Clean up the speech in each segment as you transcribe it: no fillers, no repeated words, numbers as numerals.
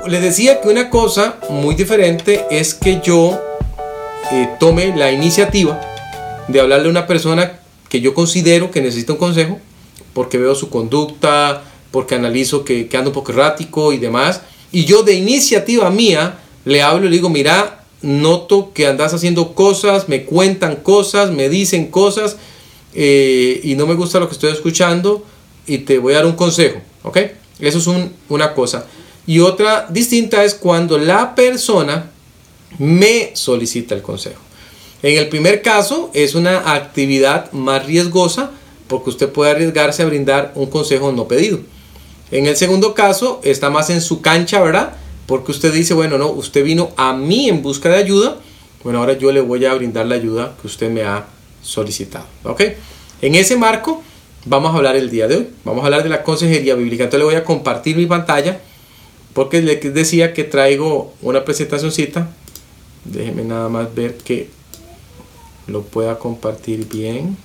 les decía que una cosa muy diferente es que yo tome la iniciativa de hablarle a una persona que yo considero que necesita un consejo, porque veo su conducta, porque analizo que anda un poco errático y demás, y yo de iniciativa mía le hablo y le digo, mira, noto que andas haciendo cosas, me cuentan cosas, me dicen cosas, y no me gusta lo que estoy escuchando, y te voy a dar un consejo, ¿ok? Eso es una cosa. Y otra distinta es cuando la persona me solicita el consejo. En el primer caso es una actividad más riesgosa porque usted puede arriesgarse a brindar un consejo no pedido. En el segundo caso está más en su cancha, ¿verdad? Porque usted dice, bueno, no, usted vino a mí en busca de ayuda, bueno, ahora yo le voy a brindar la ayuda que usted me ha solicitado, ¿ok? En ese marco vamos a hablar el día de hoy, vamos a hablar de la consejería bíblica. Entonces le voy a compartir mi pantalla porque les decía que traigo una presentacioncita. Déjenme nada más ver que lo pueda compartir bien.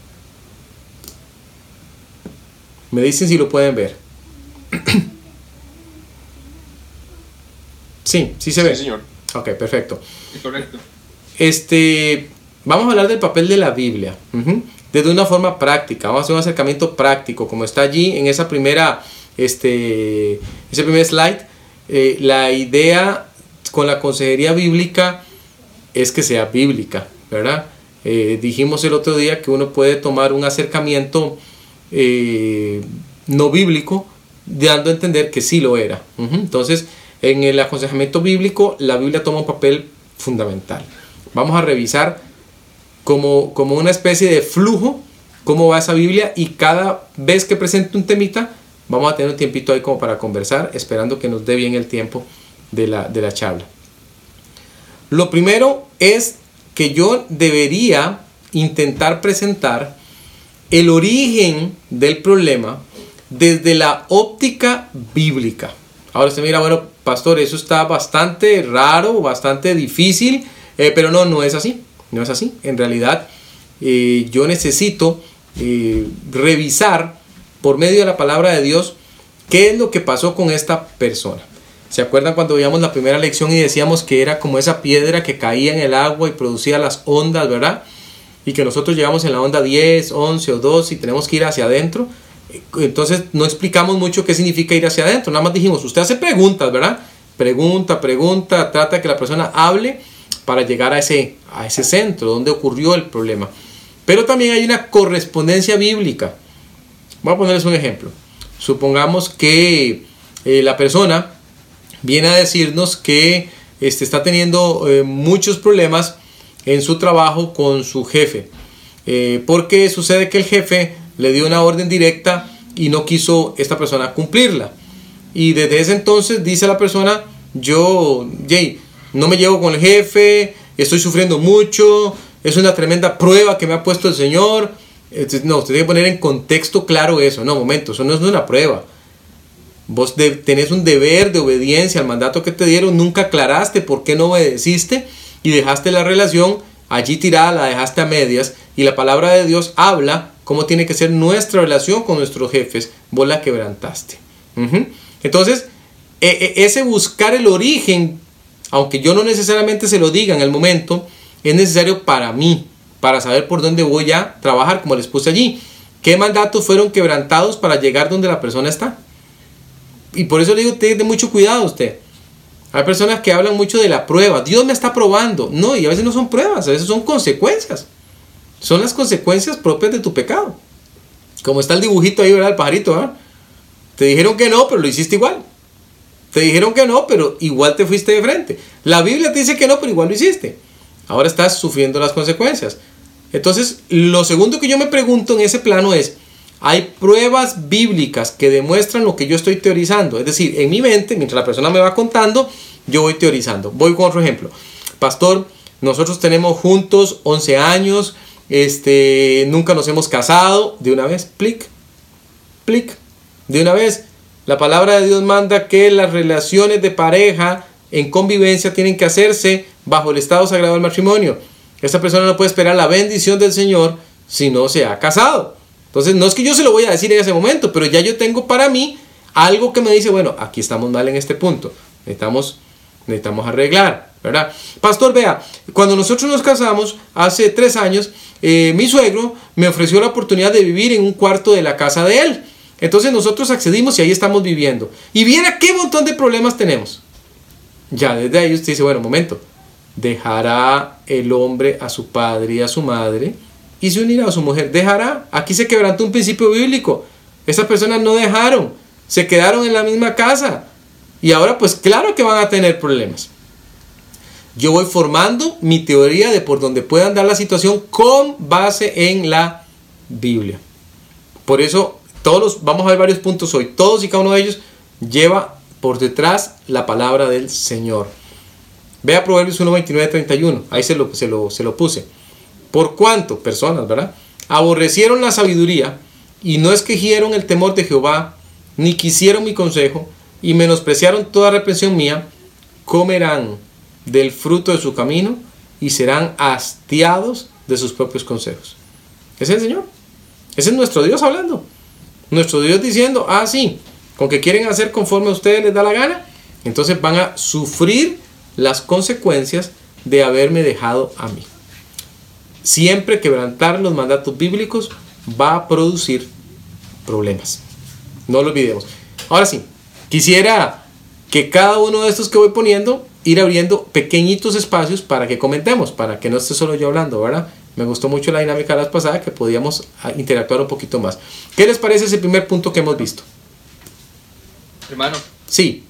Me dicen si lo pueden ver. Sí, sí se ve. Sí, señor. Ok, perfecto. Es correcto. Vamos a hablar del papel de la Biblia. Desde una forma práctica. Vamos a hacer un acercamiento práctico, como está allí en esa primera, ese primer slide. La idea con la consejería bíblica es que sea bíblica, ¿verdad? Dijimos el otro día que uno puede tomar un acercamiento no bíblico, dando a entender que sí lo era. Entonces, en el aconsejamiento bíblico, la Biblia toma un papel fundamental. Vamos a revisar como una especie de flujo cómo va esa Biblia, y cada vez que presente un temita, vamos a tener un tiempito ahí como para conversar, esperando que nos dé bien el tiempo de la charla. Lo primero es que yo debería intentar presentar el origen del problema desde la óptica bíblica. Ahora usted mira, bueno, pastor, eso está bastante raro, bastante difícil, pero no es así. No es así. En realidad, yo necesito revisar por medio de la palabra de Dios qué es lo que pasó con esta persona. ¿Se acuerdan cuando veíamos la primera lección y decíamos que era como esa piedra que caía en el agua y producía las ondas, ¿verdad? Y que nosotros llegamos en la onda 10, 11 o 12 y tenemos que ir hacia adentro. Entonces no explicamos mucho qué significa ir hacia adentro. Nada más dijimos, usted hace preguntas, ¿verdad? Pregunta, trata de que la persona hable para llegar a ese centro donde ocurrió el problema. Pero también hay una correspondencia bíblica. Voy a ponerles un ejemplo. Supongamos que la persona viene a decirnos que está teniendo muchos problemas en su trabajo con su jefe, porque sucede que el jefe le dio una orden directa y no quiso esta persona cumplirla, y desde ese entonces dice la persona, no me llevo con el jefe, estoy sufriendo mucho, es una tremenda prueba que me ha puesto el Señor. No, usted tiene que poner en contexto claro eso. No, momento, eso no es una prueba. Vos tenés un deber de obediencia al mandato que te dieron, nunca aclaraste por qué no obedeciste y dejaste la relación allí tirada, la dejaste a medias, y la palabra de Dios habla cómo tiene que ser nuestra relación con nuestros jefes, vos la quebrantaste. Entonces, ese buscar el origen, aunque yo no necesariamente se lo diga en el momento, es necesario para mí, para saber por dónde voy a trabajar, como les puse allí. ¿Qué mandatos fueron quebrantados para llegar donde la persona está? Y por eso le digo, tenga mucho cuidado usted. Hay personas que hablan mucho de la prueba. Dios me está probando. No, y a veces no son pruebas, a veces son consecuencias. Son las consecuencias propias de tu pecado. Como está el dibujito ahí, ¿verdad? El pajarito, ¿verdad? Te dijeron que no, pero lo hiciste igual. Te dijeron que no, pero igual te fuiste de frente. La Biblia te dice que no, pero igual lo hiciste. Ahora estás sufriendo las consecuencias. Entonces, lo segundo que yo me pregunto en ese plano es, ¿hay pruebas bíblicas que demuestran lo que yo estoy teorizando? Es decir, en mi mente, mientras la persona me va contando, yo voy teorizando. Voy con otro ejemplo. Pastor, nosotros tenemos juntos 11 años, nunca nos hemos casado. De una vez, plic, de una vez. La palabra de Dios manda que las relaciones de pareja en convivencia tienen que hacerse bajo el estado sagrado del matrimonio. Esta persona no puede esperar la bendición del Señor si no se ha casado. Entonces, no es que yo se lo voy a decir en ese momento, pero ya yo tengo para mí algo que me dice, bueno, aquí estamos mal en este punto. necesitamos arreglar, ¿verdad? Pastor, vea, cuando nosotros nos casamos hace 3 años, mi suegro me ofreció la oportunidad de vivir en un cuarto de la casa de él. Entonces nosotros accedimos y ahí estamos viviendo. Y viera qué montón de problemas tenemos. Ya desde ahí usted dice, bueno, momento, dejará el hombre a su padre y a su madre y se unirá a su mujer. Dejará. Aquí se quebrantó un principio bíblico. Esas personas no dejaron, se quedaron en la misma casa. Y ahora pues claro que van a tener problemas. Yo voy formando mi teoría de por donde pueda andar la situación con base en la Biblia. Por eso vamos a ver varios puntos hoy. Todos y cada uno de ellos lleva por detrás la palabra del Señor. Vea Proverbios 1, 29, 31. Ahí se lo puse. Por cuanto personas, ¿verdad? Aborrecieron la sabiduría y no escogieron el temor de Jehová, ni quisieron mi consejo, y menospreciaron toda reprensión mía, comerán del fruto de su camino y serán hastiados de sus propios consejos. Ese es el Señor. Ese es nuestro Dios hablando. Nuestro Dios diciendo, sí, con que quieren hacer conforme a ustedes les da la gana, entonces van a sufrir las consecuencias de haberme dejado a mí. Siempre quebrantar los mandatos bíblicos va a producir problemas. No lo olvidemos. Ahora sí, quisiera que cada uno de estos que voy poniendo, ir abriendo pequeñitos espacios para que comentemos, para que no esté solo yo hablando, ¿verdad? Me gustó mucho la dinámica de la pasada, que podíamos interactuar un poquito más. ¿Qué les parece ese primer punto que hemos visto? Hermano. Sí.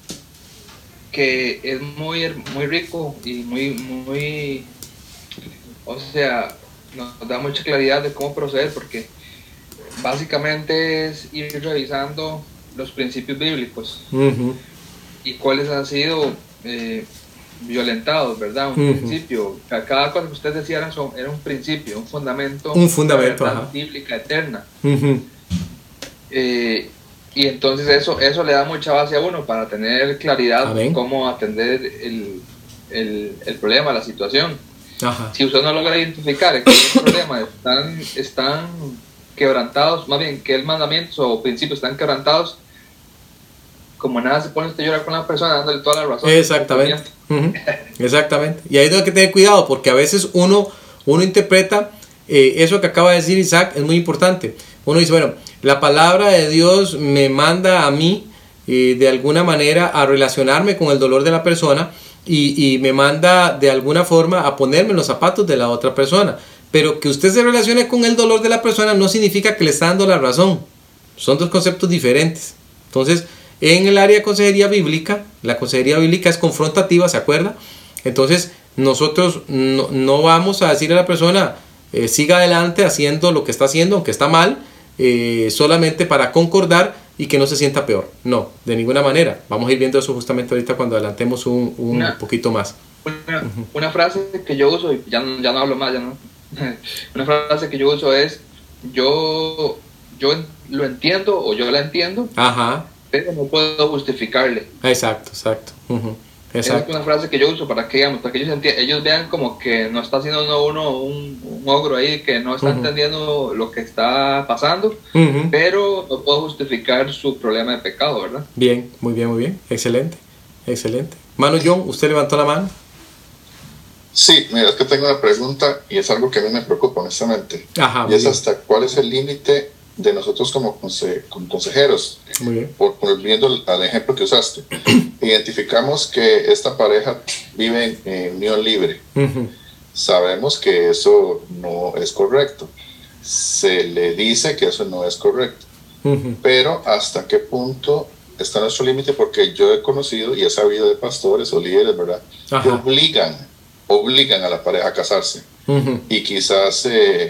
Que es muy rico y muy, o sea, nos da mucha claridad de cómo proceder, porque básicamente es ir revisando los principios bíblicos y cuáles han sido violentados, ¿verdad? Un principio, cada cosa que usted decía era un principio, un fundamento, bíblica eterna. Y entonces eso le da mucha base a uno para tener claridad de cómo atender el problema, la situación. Si usted no logra identificar que los problemas están quebrantados, más bien que el mandamiento o principios están quebrantados, como nada se pone usted a llorar con la persona dándole toda la razón. Exactamente. Exactamente. Y ahí tengo que tener cuidado, porque a veces uno interpreta eso que acaba de decir Isaac, es muy importante. Uno dice, bueno, la palabra de Dios me manda a mí de alguna manera a relacionarme con el dolor de la persona y me manda de alguna forma a ponerme en los zapatos de la otra persona. Pero que usted se relacione con el dolor de la persona no significa que le está dando la razón. Son dos conceptos diferentes. Entonces, en el área de consejería bíblica, la consejería bíblica es confrontativa, ¿se acuerda? Entonces, nosotros no vamos a decirle a la persona, siga adelante haciendo lo que está haciendo, aunque está mal, solamente para concordar y que no se sienta peor. No, de ninguna manera. Vamos a ir viendo eso justamente ahorita cuando adelantemos un poquito más. Una frase que yo uso, y ya no hablo más, ya no. Una frase que yo uso es, yo lo entiendo o yo la entiendo, pero no puedo justificarle. Exacto. Esa es una frase que yo uso para que ellos vean como que no está haciendo uno un ogro ahí, que no está entendiendo lo que está pasando, pero no puedo justificar su problema de pecado, ¿verdad? Bien, muy bien, excelente. Mano John, ¿usted levantó la mano? Sí, mira, es que tengo una pregunta y es algo que a mí me preocupa honestamente. Y es hasta cuál es el límite de nosotros como consejeros. Muy bien. Volviendo al ejemplo que usaste, identificamos que esta pareja vive en unión libre. Sabemos que eso no es correcto. Se le dice que eso no es correcto. Pero ¿hasta qué punto está nuestro límite? Porque yo he conocido y he sabido de pastores o líderes, ¿verdad?, que obligan a la pareja a casarse. Y quizás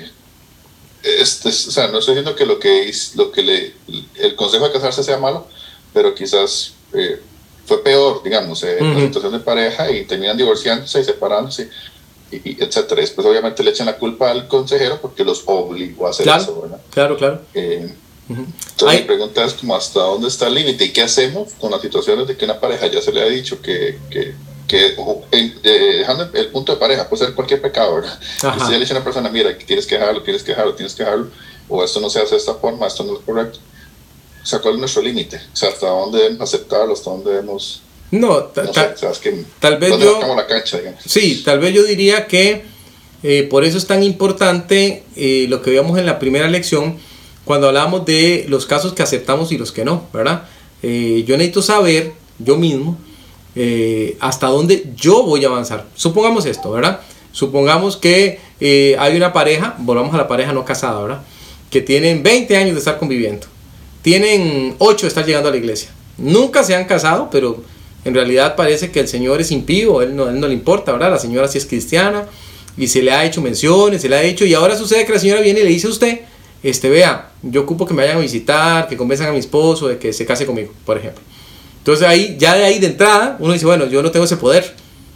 o sea, no estoy diciendo que el consejo de casarse sea malo, pero quizás fue peor, digamos, la situación de pareja, y terminan divorciándose y separándose, y etcétera. Después obviamente le echan la culpa al consejero porque los obligó a hacer eso, ¿verdad? Claro. Entonces mi pregunta es como hasta dónde está el límite y qué hacemos con las situaciones de que una pareja ya se le ha dicho que dejando el punto de pareja, puede ser cualquier pecado, ¿verdad? Si ya le dice a una persona, mira, tienes que dejarlo, o esto no se hace de esta forma, esto no es correcto. O sea, ¿cuál es nuestro límite? O sea, ¿hasta dónde debemos aceptarlo? ¿Hasta dónde debemos No, No sé, sabes que tal vez ¿dónde yo... marcamos la cancha, digamos? Sí, tal vez yo diría que por eso es tan importante lo que veíamos en la primera lección cuando hablábamos de los casos que aceptamos y los que no, ¿verdad? Yo necesito saber, yo mismo, hasta dónde yo voy a avanzar. Supongamos esto, ¿verdad? Supongamos que hay una pareja, volvamos a la pareja no casada, ¿verdad? Que tienen 20 años de estar conviviendo. Tienen 8 de estar llegando a la iglesia. Nunca se han casado, pero en realidad parece que el Señor es impío, él no le importa, ¿verdad? La señora sí es cristiana y se le ha hecho menciones, se le ha hecho, y ahora sucede que la señora viene y le dice a usted, vea, yo ocupo que me vayan a visitar, que convenzan a mi esposo de que se case conmigo, por ejemplo. Entonces ahí, ya de ahí de entrada, uno dice, bueno, yo no tengo ese poder.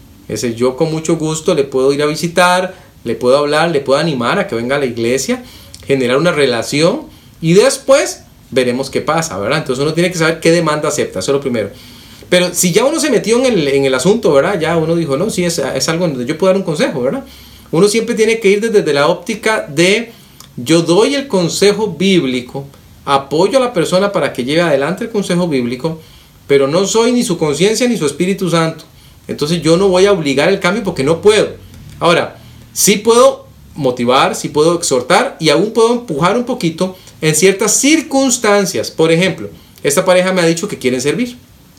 Yo con mucho gusto le puedo ir a visitar, le puedo hablar, le puedo animar a que venga a la iglesia, generar una relación y después veremos qué pasa, ¿verdad? Entonces uno tiene que saber qué demanda acepta, eso es lo primero. Pero si ya uno se metió en el asunto, ¿verdad? Ya uno dijo, no, sí, es algo donde yo puedo dar un consejo, ¿verdad? Uno siempre tiene que ir desde la óptica de yo doy el consejo bíblico, apoyo a la persona para que lleve adelante el consejo bíblico, pero no soy ni su conciencia ni su Espíritu Santo. Entonces yo no voy a obligar el cambio porque no puedo. Ahora, sí puedo motivar, sí puedo exhortar y aún puedo empujar un poquito en ciertas circunstancias. Por ejemplo, esta pareja me ha dicho que quieren servir.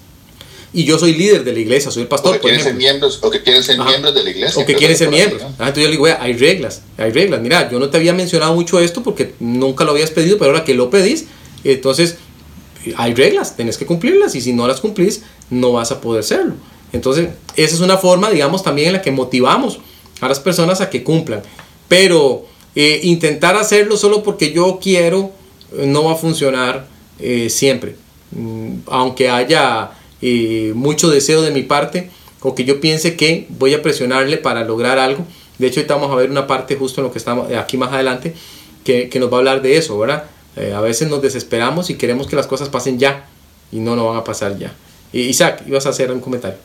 Y yo soy líder de la iglesia, soy el pastor. O que quieren ser miembros, o que quieren ser miembros de la iglesia. O que quieren ser miembros. Entonces yo le digo, hay reglas. Mira, yo no te había mencionado mucho esto porque nunca lo habías pedido, pero ahora que lo pedís, entonces hay reglas, tenés que cumplirlas y si no las cumplís, no vas a poder hacerlo. Entonces, esa es una forma, digamos, también en la que motivamos a las personas a que cumplan. Pero intentar hacerlo solo porque yo quiero no va a funcionar siempre. Aunque haya mucho deseo de mi parte o que yo piense que voy a presionarle para lograr algo. De hecho, ahorita vamos a ver una parte justo en lo que estamos aquí más adelante que nos va a hablar de eso, ¿verdad? A veces nos desesperamos y queremos que las cosas pasen ya y no van a pasar ya. Isaac, ibas a hacer un comentario.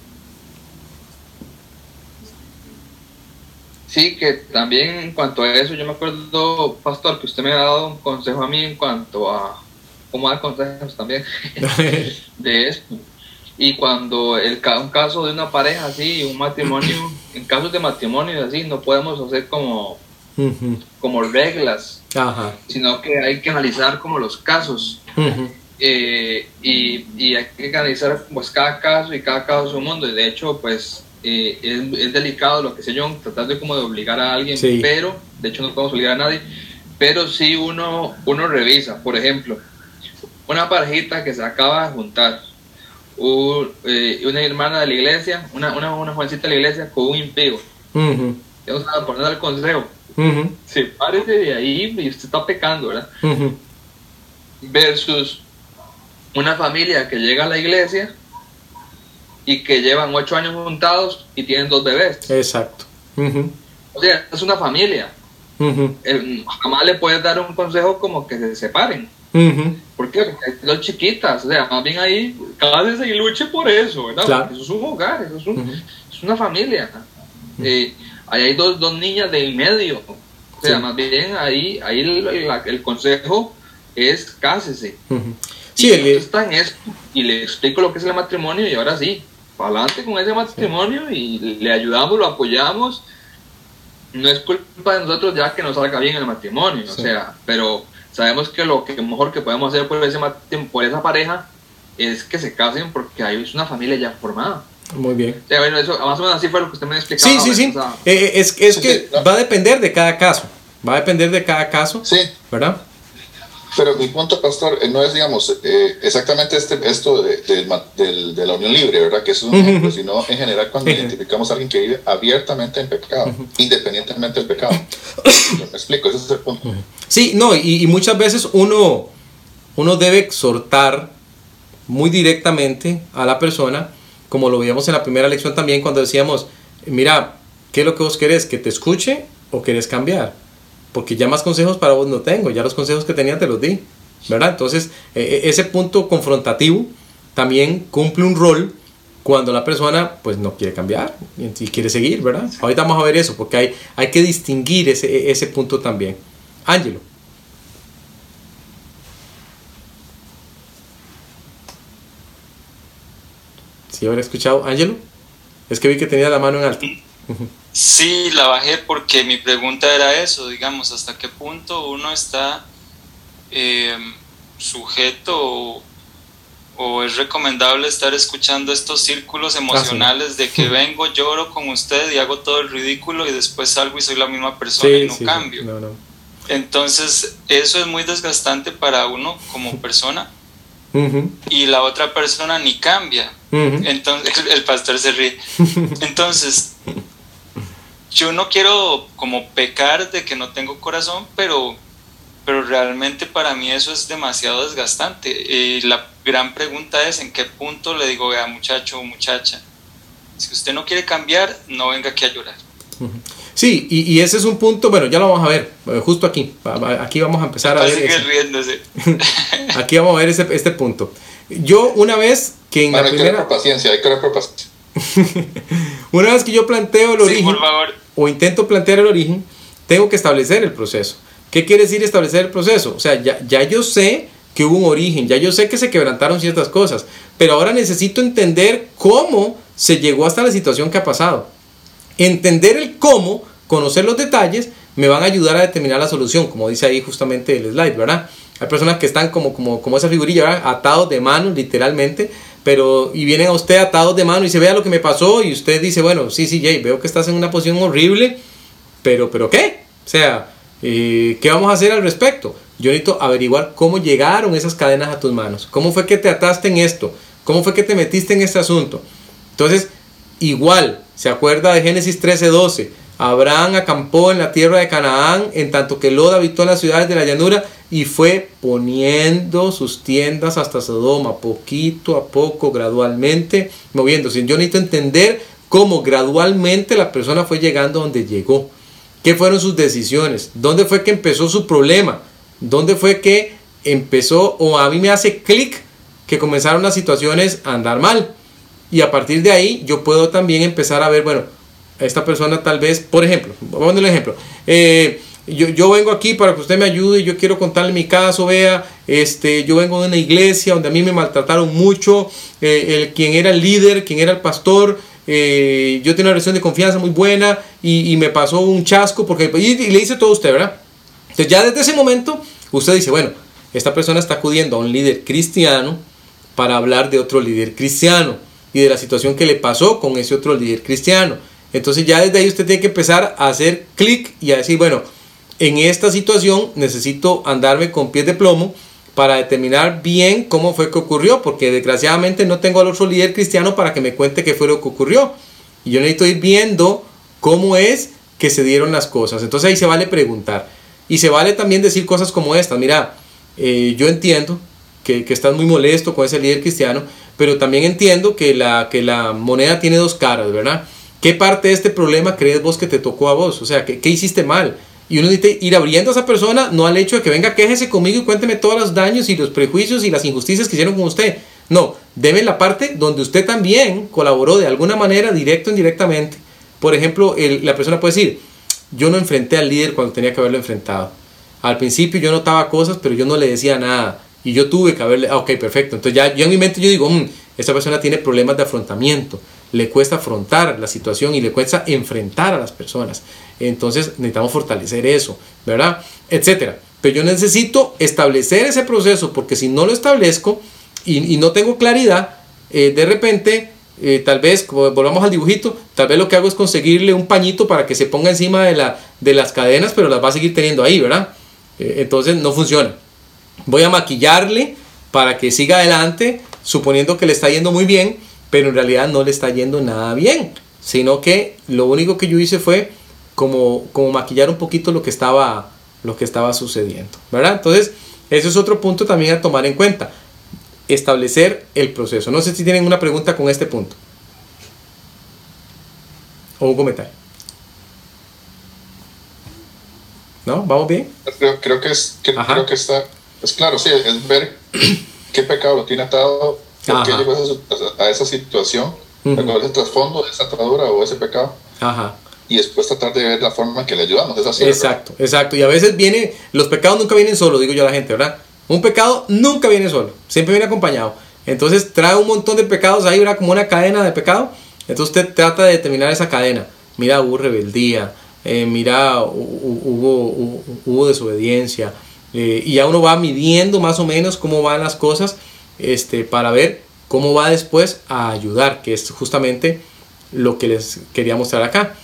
Sí, que también en cuanto a eso, yo me acuerdo, pastor, que usted me ha dado un consejo a mí en cuanto a cómo dar consejos también de esto. Y cuando un caso de una pareja así, un matrimonio, en casos de matrimonio así, no podemos hacer como reglas, sino que hay que analizar como los casos. Y hay que analizar pues cada caso y cada caso es un mundo. Y de hecho, pues es delicado lo que sé yo, tratar de como de obligar a alguien, sí. Pero de hecho no podemos obligar a nadie, pero sí uno revisa, por ejemplo, una parejita que se acaba de juntar, una hermana de la iglesia, una jovencita de la iglesia con un impío. Vamos a poner el consejo. Sepárese de ahí y usted está pecando, ¿verdad? Versus una familia que llega a la iglesia y que llevan 8 años juntados y tienen 2 bebés. Exacto. O sea, es una familia. Jamás le puedes dar un consejo como que se separen. ¿Por qué? Porque hay 2 chiquitas. O sea, más bien ahí, cásense y luche por eso, ¿verdad? Claro. Eso es un hogar, eso es una familia. Ahí hay dos niñas del medio. O sea, más bien ahí el consejo es cásese. Sí, está en esto y le explico lo que es el matrimonio y ahora sí, para adelante con ese matrimonio y le ayudamos, lo apoyamos. No es culpa de nosotros ya que nos salga bien el matrimonio, o sea, pero sabemos que lo que mejor que podemos hacer por esa pareja es que se casen porque ahí es una familia ya formada. Muy bien. O sea, bueno, eso más o menos así fue lo que usted me explicaba. Sí. O sea, es que va a depender de cada caso. Sí. ¿Verdad? Pero mi punto, pastor, no es, digamos, exactamente esto de la unión libre, ¿verdad? Que eso es un ejemplo, sino en general cuando identificamos a alguien que vive abiertamente en pecado, independientemente del pecado. Me explico, ese es el punto. Sí, no, y muchas veces uno debe exhortar muy directamente a la persona, como lo veíamos en la primera lección también, cuando decíamos, mira, ¿qué es lo que vos querés? ¿Que te escuche o querés cambiar? Porque ya más consejos para vos no tengo, ya los consejos que tenía te los di, ¿verdad? Entonces, ese punto confrontativo también cumple un rol cuando la persona pues no quiere cambiar y quiere seguir, ¿verdad? Ahorita vamos a ver eso, porque hay que distinguir ese punto también. Ángelo. ¿Sí habrá escuchado, Ángelo? Es que vi que tenía la mano en alto. Sí, la bajé porque mi pregunta era eso, digamos, hasta qué punto uno está sujeto o es recomendable estar escuchando estos círculos emocionales de que vengo, lloro con usted y hago todo el ridículo y después salgo y soy la misma persona y no cambio. Sí. No. Entonces eso es muy desgastante para uno como persona. Y la otra persona ni cambia. Entonces el pastor se ríe. Entonces yo no quiero como pecar de que no tengo corazón, pero realmente para mí eso es demasiado desgastante. Y la gran pregunta es: ¿en qué punto le digo, vea, muchacho o muchacha, si usted no quiere cambiar, no venga aquí a llorar? Sí, y ese es un punto, bueno, ya lo vamos a ver, justo aquí vamos a empezar a ver. Sigue riéndose. Aquí vamos a ver este punto. Yo una vez que en la primera... Hay que ver por paciencia. Una vez que yo planteo el origen, por favor, o intento plantear el origen, tengo que establecer el proceso. ¿Qué quiere decir establecer el proceso? O sea, ya yo sé que hubo un origen, ya yo sé que se quebrantaron ciertas cosas, pero ahora necesito entender cómo se llegó hasta la situación que ha pasado. Entender el cómo, conocer los detalles, me van a ayudar a determinar la solución, como dice ahí justamente el slide, ¿verdad? Hay personas que están como esa figurilla, ¿verdad? Atados de manos, literalmente, y vienen a usted atados de manos y se vea lo que me pasó y usted dice, bueno, sí, Jay, veo que estás en una posición horrible, pero ¿qué? O sea, ¿qué vamos a hacer al respecto? Yo necesito averiguar cómo llegaron esas cadenas a tus manos, cómo fue que te ataste en esto, cómo fue que te metiste en este asunto. Entonces, igual, ¿se acuerda de Génesis 13:12? Abraham acampó en la tierra de Canaán, en tanto que Lot habitó en las ciudades de la llanura y fue poniendo sus tiendas hasta Sodoma, poquito a poco, gradualmente, moviéndose. Yo necesito entender cómo gradualmente la persona fue llegando donde llegó. ¿Qué fueron sus decisiones? ¿Dónde fue que empezó su problema? ¿Dónde fue que empezó, o a mí me hace clic, que comenzaron las situaciones a andar mal? Y a partir de ahí yo puedo también empezar a ver, bueno, esta persona tal vez, por ejemplo, vamos a poner un ejemplo, yo vengo aquí para que usted me ayude, yo quiero contarle mi caso, vea, yo vengo de una iglesia donde a mí me maltrataron mucho, quien era el líder, quien era el pastor, yo tenía una relación de confianza muy buena y me pasó un chasco, y le dice todo a usted, ¿verdad? Entonces ya desde ese momento usted dice, bueno, esta persona está acudiendo a un líder cristiano para hablar de otro líder cristiano y de la situación que le pasó con ese otro líder cristiano. Entonces ya desde ahí usted tiene que empezar a hacer clic y a decir, bueno, en esta situación necesito andarme con pies de plomo para determinar bien cómo fue que ocurrió, porque desgraciadamente no tengo al otro líder cristiano para que me cuente qué fue lo que ocurrió. Y yo necesito ir viendo cómo es que se dieron las cosas. Entonces ahí se vale preguntar. Y se vale también decir cosas como esta. Mira, yo entiendo que estás muy molesto con ese líder cristiano, pero también entiendo que la moneda tiene dos caras, ¿verdad? ¿Qué parte de este problema crees vos que te tocó a vos? O sea, ¿qué hiciste mal? Y uno necesita ir abriendo a esa persona, no al hecho de que venga, quéjese conmigo y cuénteme todos los daños y los prejuicios y las injusticias que hicieron con usted. No, deme la parte donde usted también colaboró de alguna manera, directo o indirectamente. Por ejemplo, la persona puede decir, yo no enfrenté al líder cuando tenía que haberlo enfrentado. Al principio yo notaba cosas, pero yo no le decía nada. Y yo tuve que haberle... ok, perfecto. Entonces ya yo en mi mente yo digo, esta persona tiene problemas de afrontamiento. Le cuesta afrontar la situación y le cuesta enfrentar a las personas. Entonces necesitamos fortalecer eso, ¿verdad? Etcétera. Pero yo necesito establecer ese proceso, porque si no lo establezco y no tengo claridad, de repente, tal vez, como volvamos al dibujito, tal vez lo que hago es conseguirle un pañito para que se ponga encima de las cadenas, pero las va a seguir teniendo ahí, ¿verdad? Entonces no funciona. Voy a maquillarle para que siga adelante, suponiendo que le está yendo muy bien, pero en realidad no le está yendo nada bien, sino que lo único que yo hice fue como maquillar un poquito lo que estaba sucediendo, ¿verdad? Entonces, ese es otro punto también a tomar en cuenta, establecer el proceso. No sé si tienen una pregunta con este punto o un comentario. ¿No? ¿Vamos bien? Creo que está, es claro, sí, es ver qué pecado lo tiene atado, por qué llegó a esa situación, cuál es el trasfondo de esa atadura o ese pecado. Ajá. Y después tratar de ver la forma en que le ayudamos. Es así, exacto, ¿verdad? Exacto. Y a veces los pecados nunca vienen solos, digo yo a la gente, ¿verdad? Un pecado nunca viene solo, siempre viene acompañado. Entonces trae un montón de pecados ahí, ¿verdad? Como una cadena de pecado. Entonces usted trata de determinar esa cadena. Mira, hubo rebeldía, mira, hubo desobediencia. Y ya uno va midiendo más o menos cómo van las cosas, para ver cómo va después a ayudar, que es justamente lo que les quería mostrar acá.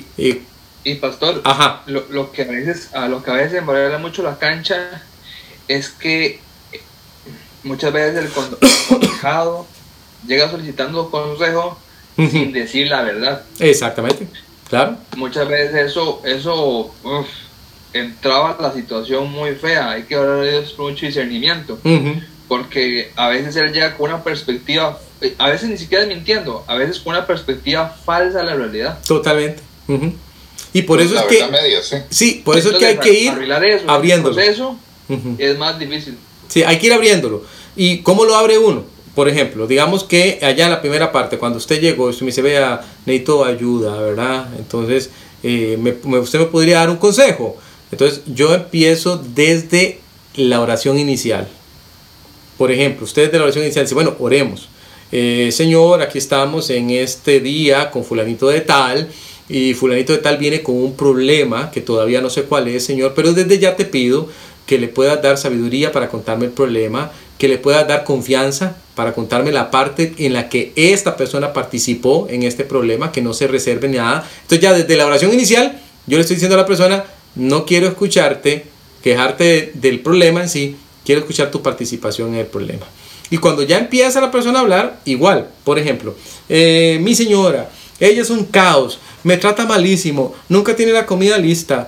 Y pastor, ajá. Lo que a veces embarga mucho la cancha es que muchas veces el aconsejado llega solicitando consejo sin decir la verdad. Exactamente, claro. Muchas veces eso entraba la situación muy fea. Hay que orar a Dios por mucho discernimiento, porque a veces él llega con una perspectiva, a veces ni siquiera mintiendo, a veces con una perspectiva falsa de la realidad. Totalmente. Y por eso es que media, sí, por eso es que hay que ir abriéndolo. El proceso es más difícil. Sí, hay que ir abriéndolo. ¿Y cómo lo abre uno? Por ejemplo, digamos que allá en la primera parte, cuando usted llegó, usted me dice, vea, necesito ayuda, ¿verdad? Entonces, usted me podría dar un consejo. Entonces, yo empiezo desde la oración inicial. Por ejemplo, usted desde la oración inicial dice, bueno, oremos. Señor, aquí estamos en este día con fulanito de tal, y fulanito de tal viene con un problema que todavía no sé cuál es, Señor, pero desde ya te pido que le puedas dar sabiduría para contarme el problema, que le puedas dar confianza para contarme la parte en la que esta persona participó en este problema, que no se reserve nada. Entonces ya desde la oración inicial yo le estoy diciendo a la persona, no quiero escucharte, quejarte del problema en sí, quiero escuchar tu participación en el problema. Y cuando ya empieza la persona a hablar, igual, por ejemplo, mi señora, ella es un caos, me trata malísimo, nunca tiene la comida lista,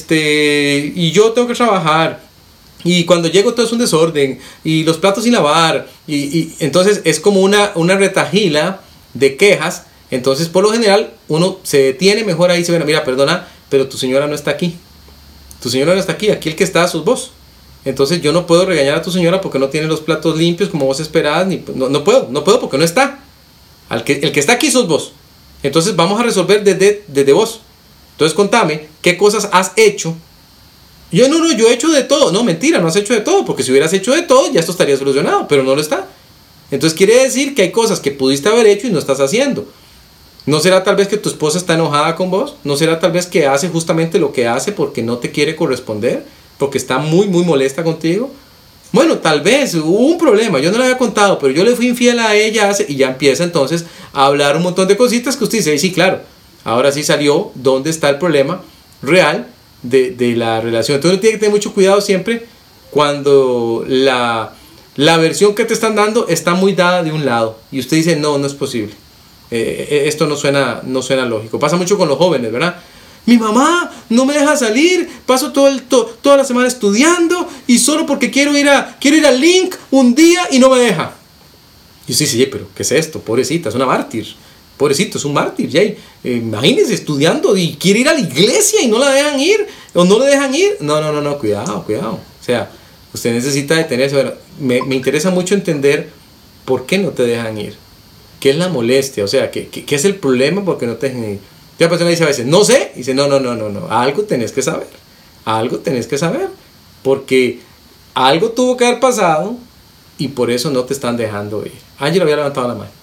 y yo tengo que trabajar, y cuando llego todo es un desorden, y los platos sin lavar, y entonces es como una retajila de quejas. Entonces por lo general uno se detiene mejor ahí y dice, bueno, mira, perdona, pero tu señora no está aquí, aquí el que está sos vos. Entonces yo no puedo regañar a tu señora porque no tiene los platos limpios como vos esperabas, no puedo porque no está. El que está aquí sos vos. Entonces vamos a resolver desde vos. Entonces contame, ¿qué cosas has hecho? Yo he hecho de todo. No, mentira, no has hecho de todo, porque si hubieras hecho de todo ya esto estaría solucionado, pero no lo está. Entonces quiere decir que hay cosas que pudiste haber hecho y no estás haciendo. ¿No será tal vez que tu esposa está enojada con vos? ¿No será tal vez que hace justamente lo que hace porque no te quiere corresponder? Porque está muy molesta contigo. Bueno, tal vez hubo un problema, yo no le había contado, pero yo le fui infiel a ella y ya empieza entonces a hablar un montón de cositas que usted dice, sí, claro, ahora sí salió dónde está el problema real de la relación. Entonces uno tiene que tener mucho cuidado siempre cuando la versión que te están dando está muy dada de un lado y usted dice, no es posible, esto no suena lógico. Pasa mucho con los jóvenes, ¿verdad? Mi mamá no me deja salir, paso toda la semana estudiando y solo porque quiero ir al Link un día y no me deja. Y usted dice, sí, pero ¿qué es esto? Pobrecita, es una mártir. Pobrecito, es un mártir. Jay. Imagínese estudiando y quiere ir a la iglesia y no la dejan ir o no le dejan ir. No, cuidado. O sea, usted necesita detenerse. Bueno, me interesa mucho entender por qué no te dejan ir. ¿Qué es la molestia? O sea, ¿qué es el problema por qué no te dejan ir? Y la persona dice a veces, no sé. Y dice, no. Algo tenés que saber. Porque algo tuvo que haber pasado y por eso no te están dejando ir. Ángel había levantado la mano.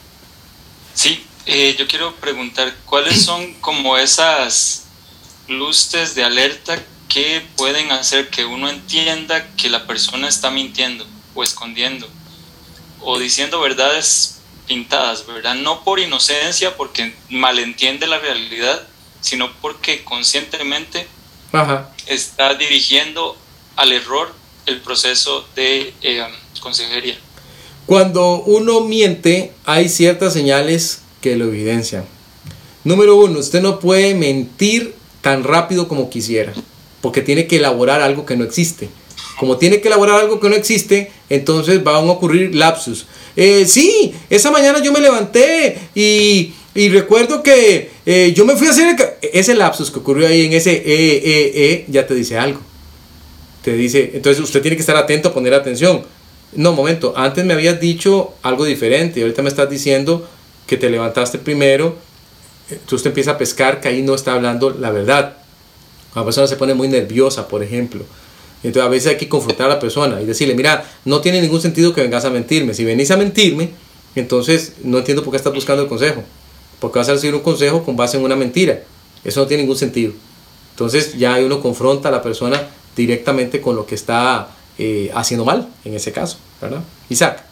Sí, yo quiero preguntar, ¿cuáles son como esas luces de alerta que pueden hacer que uno entienda que la persona está mintiendo o escondiendo o diciendo verdades pintadas, ¿verdad? No por inocencia, porque malentiende la realidad, sino porque conscientemente está dirigiendo al error el proceso de consejería. Cuando uno miente, hay ciertas señales que lo evidencian. Número 1, usted no puede mentir tan rápido como quisiera, porque tiene que elaborar algo que no existe. Como tiene que elaborar algo que no existe, entonces van a ocurrir lapsus. Sí, esa mañana yo me levanté y recuerdo que yo me fui a hacer ese lapsus que ocurrió ahí en ese ya te dice algo. Te dice, entonces usted tiene que estar atento a poner atención. No, momento, antes me habías dicho algo diferente y ahorita me estás diciendo que te levantaste primero. Entonces usted empieza a pescar que ahí no está hablando la verdad. La persona se pone muy nerviosa, por ejemplo. Entonces a veces hay que confrontar a la persona y decirle, mira, no tiene ningún sentido que vengas a mentirme. Si venís a mentirme, entonces no entiendo por qué estás buscando el consejo. Porque vas a recibir un consejo con base en una mentira. Eso no tiene ningún sentido. Entonces ya uno confronta a la persona directamente con lo que está haciendo mal, en ese caso, ¿verdad? Isaac.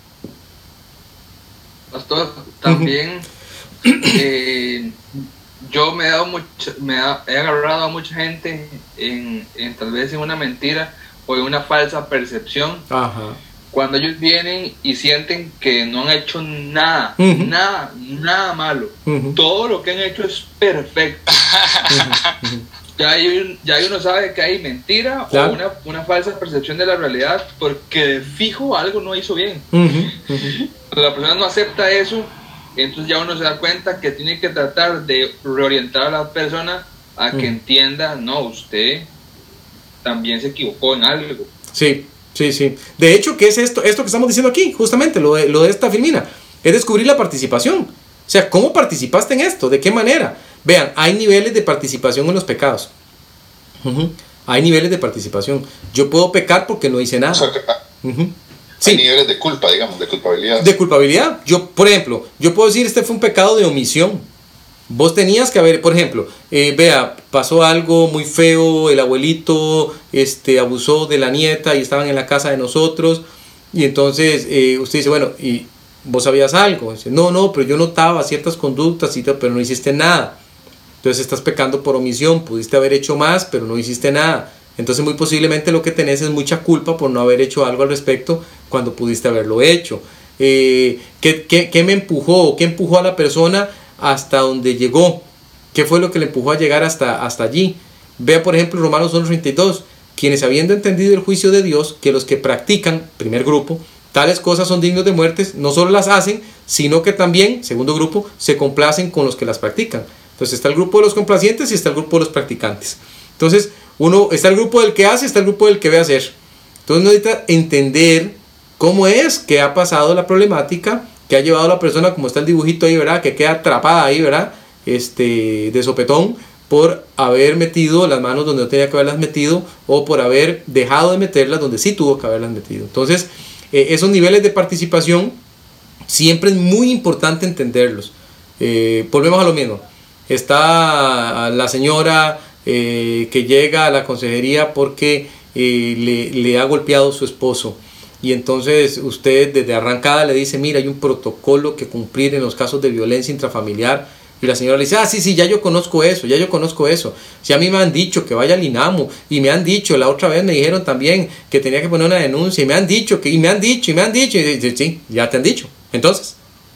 Pastor, también yo he agarrado a mucha gente en tal vez en una mentira o en una falsa percepción. Ajá. Cuando ellos vienen y sienten que no han hecho nada, nada malo, todo lo que han hecho es perfecto. Ya uno sabe que hay mentira, claro, o una falsa percepción de la realidad, porque de fijo algo no hizo bien. Cuando la persona no acepta eso, entonces ya uno se da cuenta que tiene que tratar de reorientar a la persona a que entienda, no, usted también se equivocó en algo. Sí. De hecho, ¿qué es esto que estamos diciendo aquí? Justamente lo de esta filmina. Es descubrir la participación. O sea, ¿cómo participaste en esto? ¿De qué manera? Vean, hay niveles de participación en los pecados. Hay niveles de participación. Yo puedo pecar porque no hice nada. O sea, hay niveles de culpa, digamos, de culpabilidad. De culpabilidad. Por ejemplo, yo puedo decir, este fue un pecado de omisión. Vos tenías que haber, por ejemplo, vea, pasó algo muy feo, el abuelito abusó de la nieta y estaban en la casa de nosotros, y entonces usted dice, bueno, ¿y vos sabías algo? Dice, no, pero yo notaba ciertas conductas, pero no hiciste nada. Entonces estás pecando por omisión, pudiste haber hecho más, pero no hiciste nada. Entonces muy posiblemente lo que tenés es mucha culpa por no haber hecho algo al respecto cuando pudiste haberlo hecho. ¿Qué me empujó? ¿Qué empujó a la persona hasta donde llegó? ¿Qué fue lo que le empujó a llegar hasta allí? Vea por ejemplo Romanos 1:32, quienes habiendo entendido el juicio de Dios, que los que practican, primer grupo, tales cosas son dignos de muertes, no solo las hacen, sino que también, segundo grupo, se complacen con los que las practican. Entonces está el grupo de los complacientes y está el grupo de los practicantes. Entonces está el grupo del que hace, está el grupo del que ve hacer. Entonces necesita entender cómo es que ha pasado la problemática que ha llevado a la persona, como está el dibujito ahí, ¿verdad? Que queda atrapada ahí, ¿verdad? De sopetón, por haber metido las manos donde no tenía que haberlas metido, o por haber dejado de meterlas donde sí tuvo que haberlas metido. Entonces, esos niveles de participación siempre es muy importante entenderlos. Volvemos a lo mismo. Está la señora que llega a la consejería porque le ha golpeado su esposo. Y entonces usted desde arrancada le dice, mira, hay un protocolo que cumplir en los casos de violencia intrafamiliar. Y la señora le dice, sí, ya yo conozco eso. Si a mí me han dicho que vaya al INAMU, y me han dicho, la otra vez me dijeron también que tenía que poner una denuncia, y me han dicho, y dice, sí, ya te han dicho. Entonces,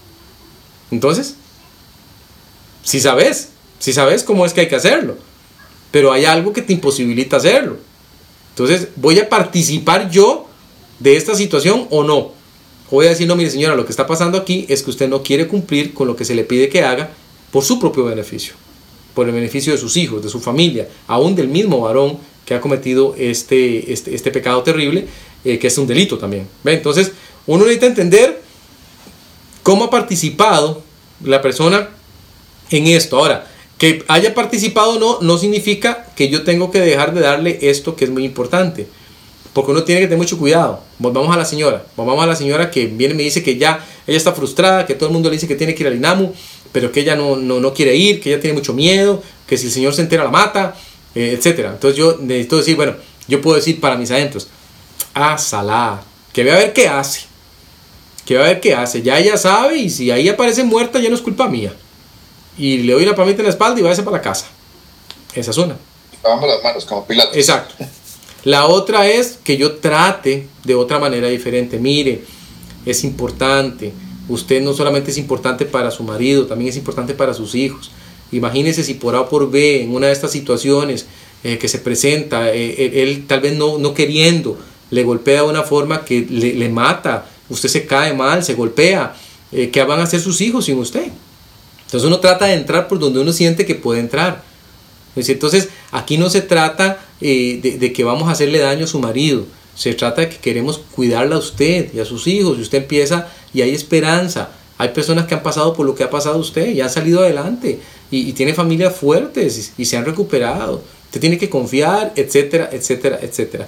si sabes cómo es que hay que hacerlo, pero hay algo que te imposibilita hacerlo. Entonces, ¿voy a participar yo de esta situación o no? Voy a decir, no, mire señora, lo que está pasando aquí es que usted no quiere cumplir con lo que se le pide que haga por su propio beneficio, por el beneficio de sus hijos, de su familia, aún del mismo varón que ha cometido este pecado terrible, que es un delito también. ¿Ve? Entonces, uno necesita entender cómo ha participado la persona en esto. Ahora, que haya participado no significa que yo tengo que dejar de darle esto que es muy importante. Porque uno tiene que tener mucho cuidado. Volvamos a la señora que viene y me dice que ya ella está frustrada, que todo el mundo le dice que tiene que ir al INAMU, pero que ella no quiere ir, que ella tiene mucho miedo, que si el señor se entera la mata, etc. Entonces yo necesito decir, bueno, yo puedo decir para mis adentros, salada, que vea a ver qué hace. Ya ella sabe, y si ahí aparece muerta ya no es culpa mía. Y le doy una palmita en la espalda y váyase para la casa. Esa es una. Lavamos las manos como Pilatos. Exacto. La otra es que yo trate de otra manera diferente. Mire, es importante. Usted no solamente es importante para su marido, también es importante para sus hijos. Imagínese si por A o por B, en una de estas situaciones que se presenta, él tal vez no queriendo, le golpea de una forma que le mata. Usted se cae mal, se golpea. ¿Qué van a hacer sus hijos sin usted? Entonces uno trata de entrar por donde uno siente que puede entrar. Entonces aquí no se trata de que vamos a hacerle daño a su marido, se trata de que queremos cuidarla a usted y a sus hijos, y usted empieza y hay esperanza. Hay personas que han pasado por lo que ha pasado usted y han salido adelante y tiene familias fuertes y se han recuperado. Usted tiene que confiar, etcétera, etcétera, etcétera.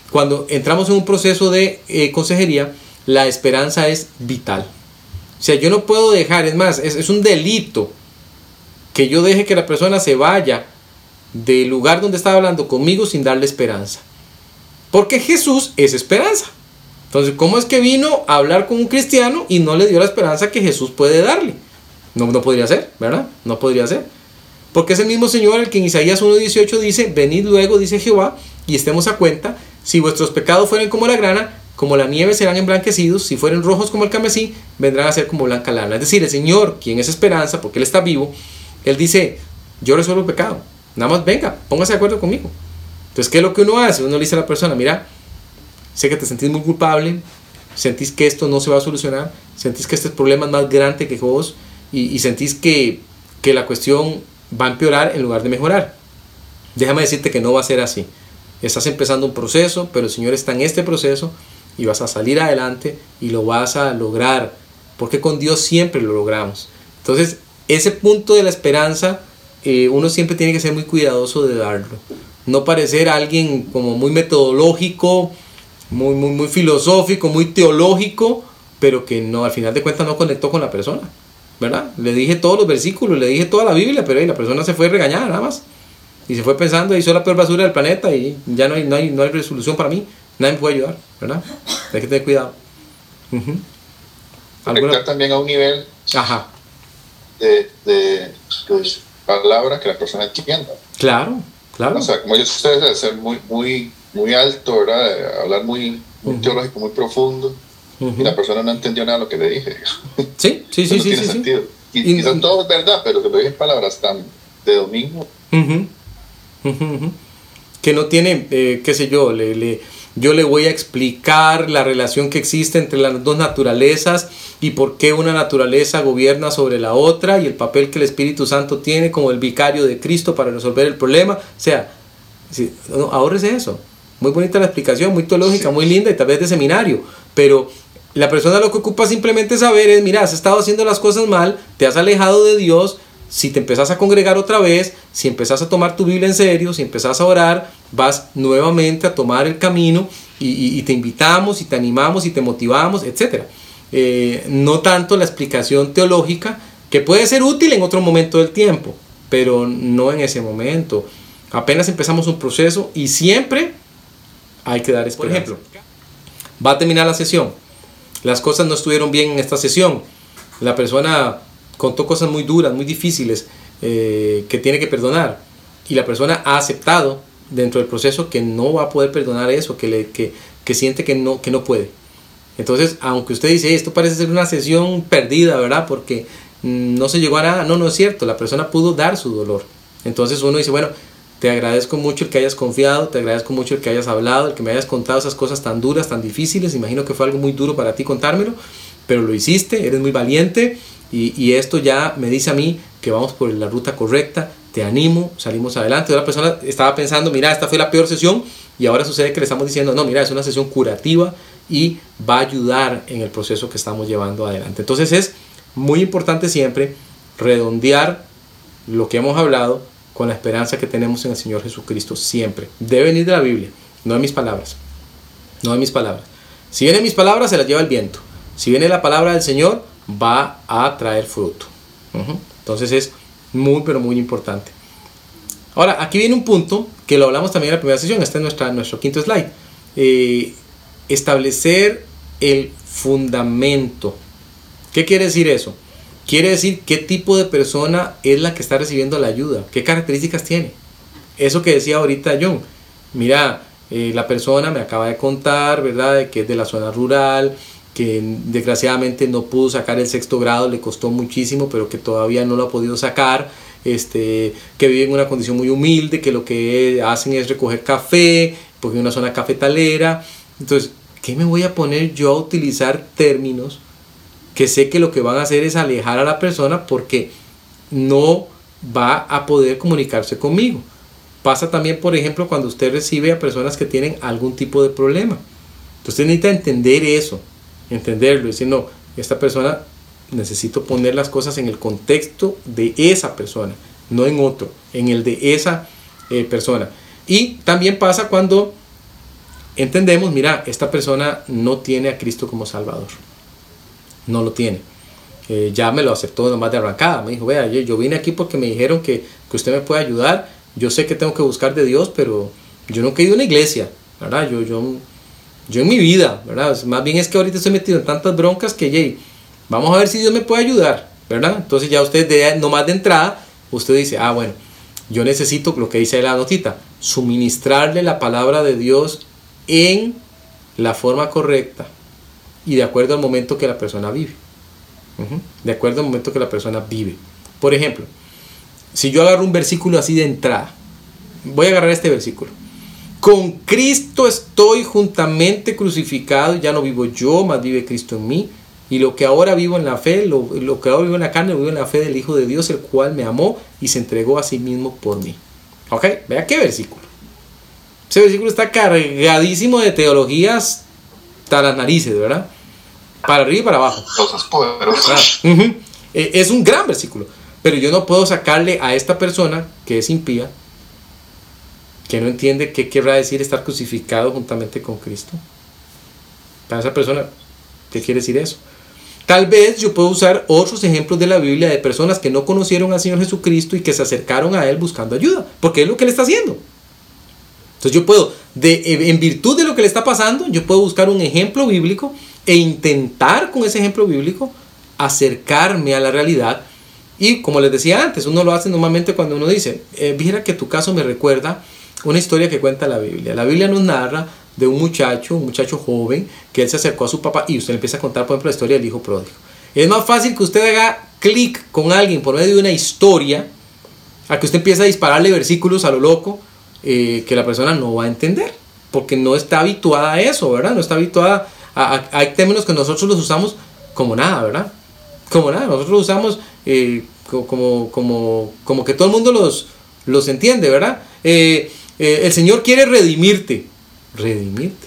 cuando entramos en un proceso de consejería, la esperanza es vital. O sea, yo no puedo dejar, es más, es un delito que yo deje que la persona se vaya del lugar donde estaba hablando conmigo sin darle esperanza. Porque Jesús es esperanza. Entonces, ¿cómo es que vino a hablar con un cristiano y no le dio la esperanza que Jesús puede darle? No podría ser, ¿verdad? No podría ser. Porque es el mismo Señor el que en Isaías 1:18 dice: venid luego, dice Jehová, y estemos a cuenta. Si vuestros pecados fueren como la grana, como la nieve serán emblanquecidos. Si fueren rojos como el carmesí, vendrán a ser como blanca lana. Es decir, el Señor, quien es esperanza, porque Él está vivo, Él dice: yo resuelvo el pecado. Nada más venga, póngase de acuerdo conmigo. Entonces, ¿qué es lo que uno hace? Uno le dice a la persona: mira, sé que te sentís muy culpable, sentís que esto no se va a solucionar, sentís que este problema es más grande que vos, y sentís que la cuestión va a empeorar en lugar de mejorar. Déjame decirte que no va a ser así. Estás empezando un proceso, pero el Señor está en este proceso y vas a salir adelante y lo vas a lograr, porque con Dios siempre lo logramos. Entonces, ese punto de la esperanza, uno siempre tiene que ser muy cuidadoso de darlo. No parecer alguien como muy metodológico, muy filosófico, muy teológico, pero que no, al final de cuentas no conectó con la persona, ¿verdad? Le dije todos los versículos, le dije toda la Biblia, pero la persona se fue regañada nada más. Y se fue pensando, hizo la peor basura del planeta y ya no hay resolución para mí. Nadie me puede ayudar, ¿verdad? Hay que tener cuidado. Afectar también a un nivel Ajá. de palabra que la persona entienda. Claro. O sea, como ellos ustedes deben ser muy alto, ¿verdad? Hablar muy teológico, muy profundo. Y la persona no entendió nada de lo que le dije. Sí. No tiene sentido. Y quizás todo es verdad, pero que lo dije en palabras tan de domingo. Que no tiene, qué sé yo, yo le voy a explicar la relación que existe entre las dos naturalezas y por qué una naturaleza gobierna sobre la otra y el papel que el Espíritu Santo tiene como el vicario de Cristo para resolver el problema. O sea, ahórrese eso. Muy bonita la explicación, muy teológica, muy linda y tal vez de seminario, pero la persona lo que ocupa simplemente saber es: mira, has estado haciendo las cosas mal, te has alejado de Dios. Si te empezás a congregar otra vez, si empezás a tomar tu Biblia en serio, si empezás a orar, vas nuevamente a tomar el camino y te invitamos y te animamos y te motivamos, etc. No tanto la explicación teológica, que puede ser útil en otro momento del tiempo, pero no en ese momento. Apenas empezamos un proceso y siempre hay que dar esperanza. Por ejemplo, va a terminar la sesión. Las cosas no estuvieron bien en esta sesión. La persona contó cosas muy duras, muy difíciles, que tiene que perdonar, y la persona ha aceptado dentro del proceso que no va a poder perdonar eso, que siente que no puede. Entonces, aunque usted dice: esto parece ser una sesión perdida, ¿verdad? Porque no se llegó a nada. No es cierto, la persona pudo dar su dolor. Entonces uno dice: bueno, te agradezco mucho el que hayas confiado, te agradezco mucho el que hayas hablado, el que me hayas contado esas cosas tan duras, tan difíciles. Imagino que fue algo muy duro para ti contármelo, pero lo hiciste, eres muy valiente. Y esto ya me dice a mí que vamos por la ruta correcta, te animo, salimos adelante. Otra persona estaba pensando: mira, esta fue la peor sesión, y ahora sucede que le estamos diciendo: no, mira, es una sesión curativa y va a ayudar en el proceso que estamos llevando adelante. Entonces es muy importante siempre redondear lo que hemos hablado con la esperanza que tenemos en el Señor Jesucristo siempre. Debe venir de la Biblia, no de mis palabras. No de mis palabras. Si vienen mis palabras, se las lleva el viento. Si viene la palabra del Señor, va a traer fruto. Entonces es muy, pero muy importante. Ahora, aquí viene un punto que lo hablamos también en la primera sesión. Este es nuestro quinto slide. Establecer el fundamento. ¿Qué quiere decir eso? Quiere decir qué tipo de persona es la que está recibiendo la ayuda, qué características tiene. Eso que decía ahorita John: mira, la persona me acaba de contar, ¿verdad?, de que es de la zona rural, que desgraciadamente no pudo sacar el 6º grado, le costó muchísimo, pero que todavía no lo ha podido sacar, que vive en una condición muy humilde, que lo que hacen es recoger café, porque es una zona cafetalera. Entonces, ¿qué me voy a poner yo a utilizar términos que sé que lo que van a hacer es alejar a la persona, porque no va a poder comunicarse conmigo? Pasa también, por ejemplo, cuando usted recibe a personas que tienen algún tipo de problema. Entonces necesita entender eso, entenderlo, decir: no, esta persona, necesito poner las cosas en el contexto de esa persona, no en otro, en el de esa persona. Y también pasa cuando entendemos, mira, esta persona no tiene a Cristo como Salvador. No lo tiene. Ya me lo aceptó nomás de arrancada. Me dijo, vea, yo vine aquí porque me dijeron que usted me puede ayudar. Yo sé que tengo que buscar de Dios, pero yo nunca he ido a una iglesia, ¿verdad? Yo en mi vida, ¿verdad? Más bien es que ahorita estoy metido en tantas broncas que, vamos a ver si Dios me puede ayudar, ¿verdad? Entonces ya usted, nomás de entrada, usted dice, bueno, yo necesito, lo que dice ahí la notita, suministrarle la palabra de Dios en la forma correcta y de acuerdo al momento que la persona vive. De acuerdo al momento que la persona vive. Por ejemplo, si yo agarro un versículo así de entrada, voy a agarrar este versículo. Con Cristo estoy juntamente crucificado, ya no vivo yo, mas vive Cristo en mí. Y lo que ahora vivo en la fe, lo que ahora vivo en la carne, lo vivo en la fe del Hijo de Dios, el cual me amó y se entregó a sí mismo por mí. Ok, vea qué versículo. Ese versículo está cargadísimo de teologías hasta las narices, ¿verdad? Para arriba y para abajo. Cosas poderosas. Es un gran versículo. Pero yo no puedo sacarle a esta persona que es impía, que no entiende qué querrá decir estar crucificado juntamente con Cristo. Para esa persona, ¿qué quiere decir eso? Tal vez yo puedo usar otros ejemplos de la Biblia de personas que no conocieron al Señor Jesucristo y que se acercaron a Él buscando ayuda, porque es lo que Él está haciendo. Entonces yo puedo, en virtud de lo que le está pasando, yo puedo buscar un ejemplo bíblico e intentar con ese ejemplo bíblico acercarme a la realidad. Y como les decía antes, uno lo hace normalmente cuando uno dice, mira que tu caso me recuerda una historia que cuenta la Biblia. La Biblia nos narra de un muchacho joven, que él se acercó a su papá y usted le empieza a contar, por ejemplo, la historia del hijo pródigo. Es más fácil que usted haga clic con alguien por medio de una historia, a que usted empiece a dispararle versículos a lo loco, que la persona no va a entender, porque no está habituada a eso, ¿verdad? No está habituada hay términos que nosotros los usamos como nada, ¿verdad? Como nada, nosotros los usamos como que todo el mundo los entiende, ¿verdad? El Señor quiere redimirte. ¿Redimirte?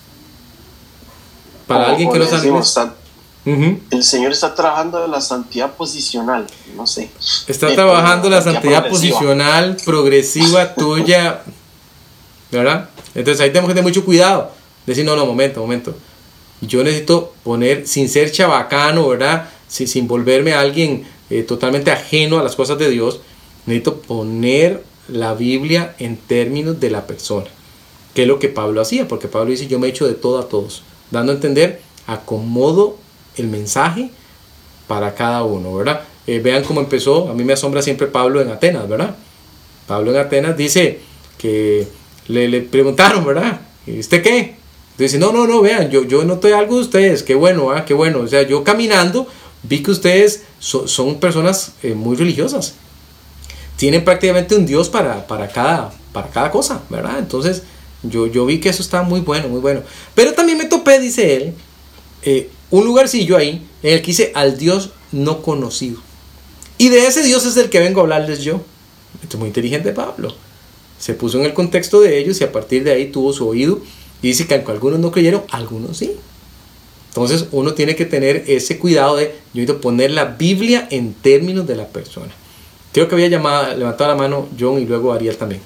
Para alguien que no sabe. El Señor está trabajando en la santidad posicional, no sé. Está trabajando la santidad posicional, progresiva tuya, ¿verdad? Entonces ahí tenemos que tener mucho cuidado. Decir, no, momento. Yo necesito poner, sin ser chabacano, ¿verdad? Sin volverme a alguien totalmente ajeno a las cosas de Dios, necesito poner la Biblia en términos de la persona, que es lo que Pablo hacía, porque Pablo dice, yo me echo de todo a todos, dando a entender, acomodo el mensaje para cada uno, ¿verdad? Vean cómo empezó. A mí me asombra siempre Pablo en Atenas, ¿verdad? Pablo en Atenas dice que le preguntaron, ¿verdad? ¿Y usted qué? Dice, no, vean, yo noté algo de ustedes, qué bueno, qué bueno. O sea, yo caminando vi que ustedes son personas muy religiosas. Tienen prácticamente un Dios para cada cosa, ¿verdad? Entonces, yo vi que eso estaba muy bueno, muy bueno. Pero también me topé, dice él, un lugarcillo ahí en el que dice al Dios no conocido. Y de ese Dios es el que vengo a hablarles yo. Esto es muy inteligente Pablo. Se puso en el contexto de ellos y a partir de ahí tuvo su oído. Y dice que algunos no creyeron, algunos sí. Entonces uno tiene que tener ese cuidado de, yo necesito poner la Biblia en términos de la persona. Creo que había levantado la mano John y luego Ariel también.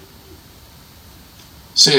Sí,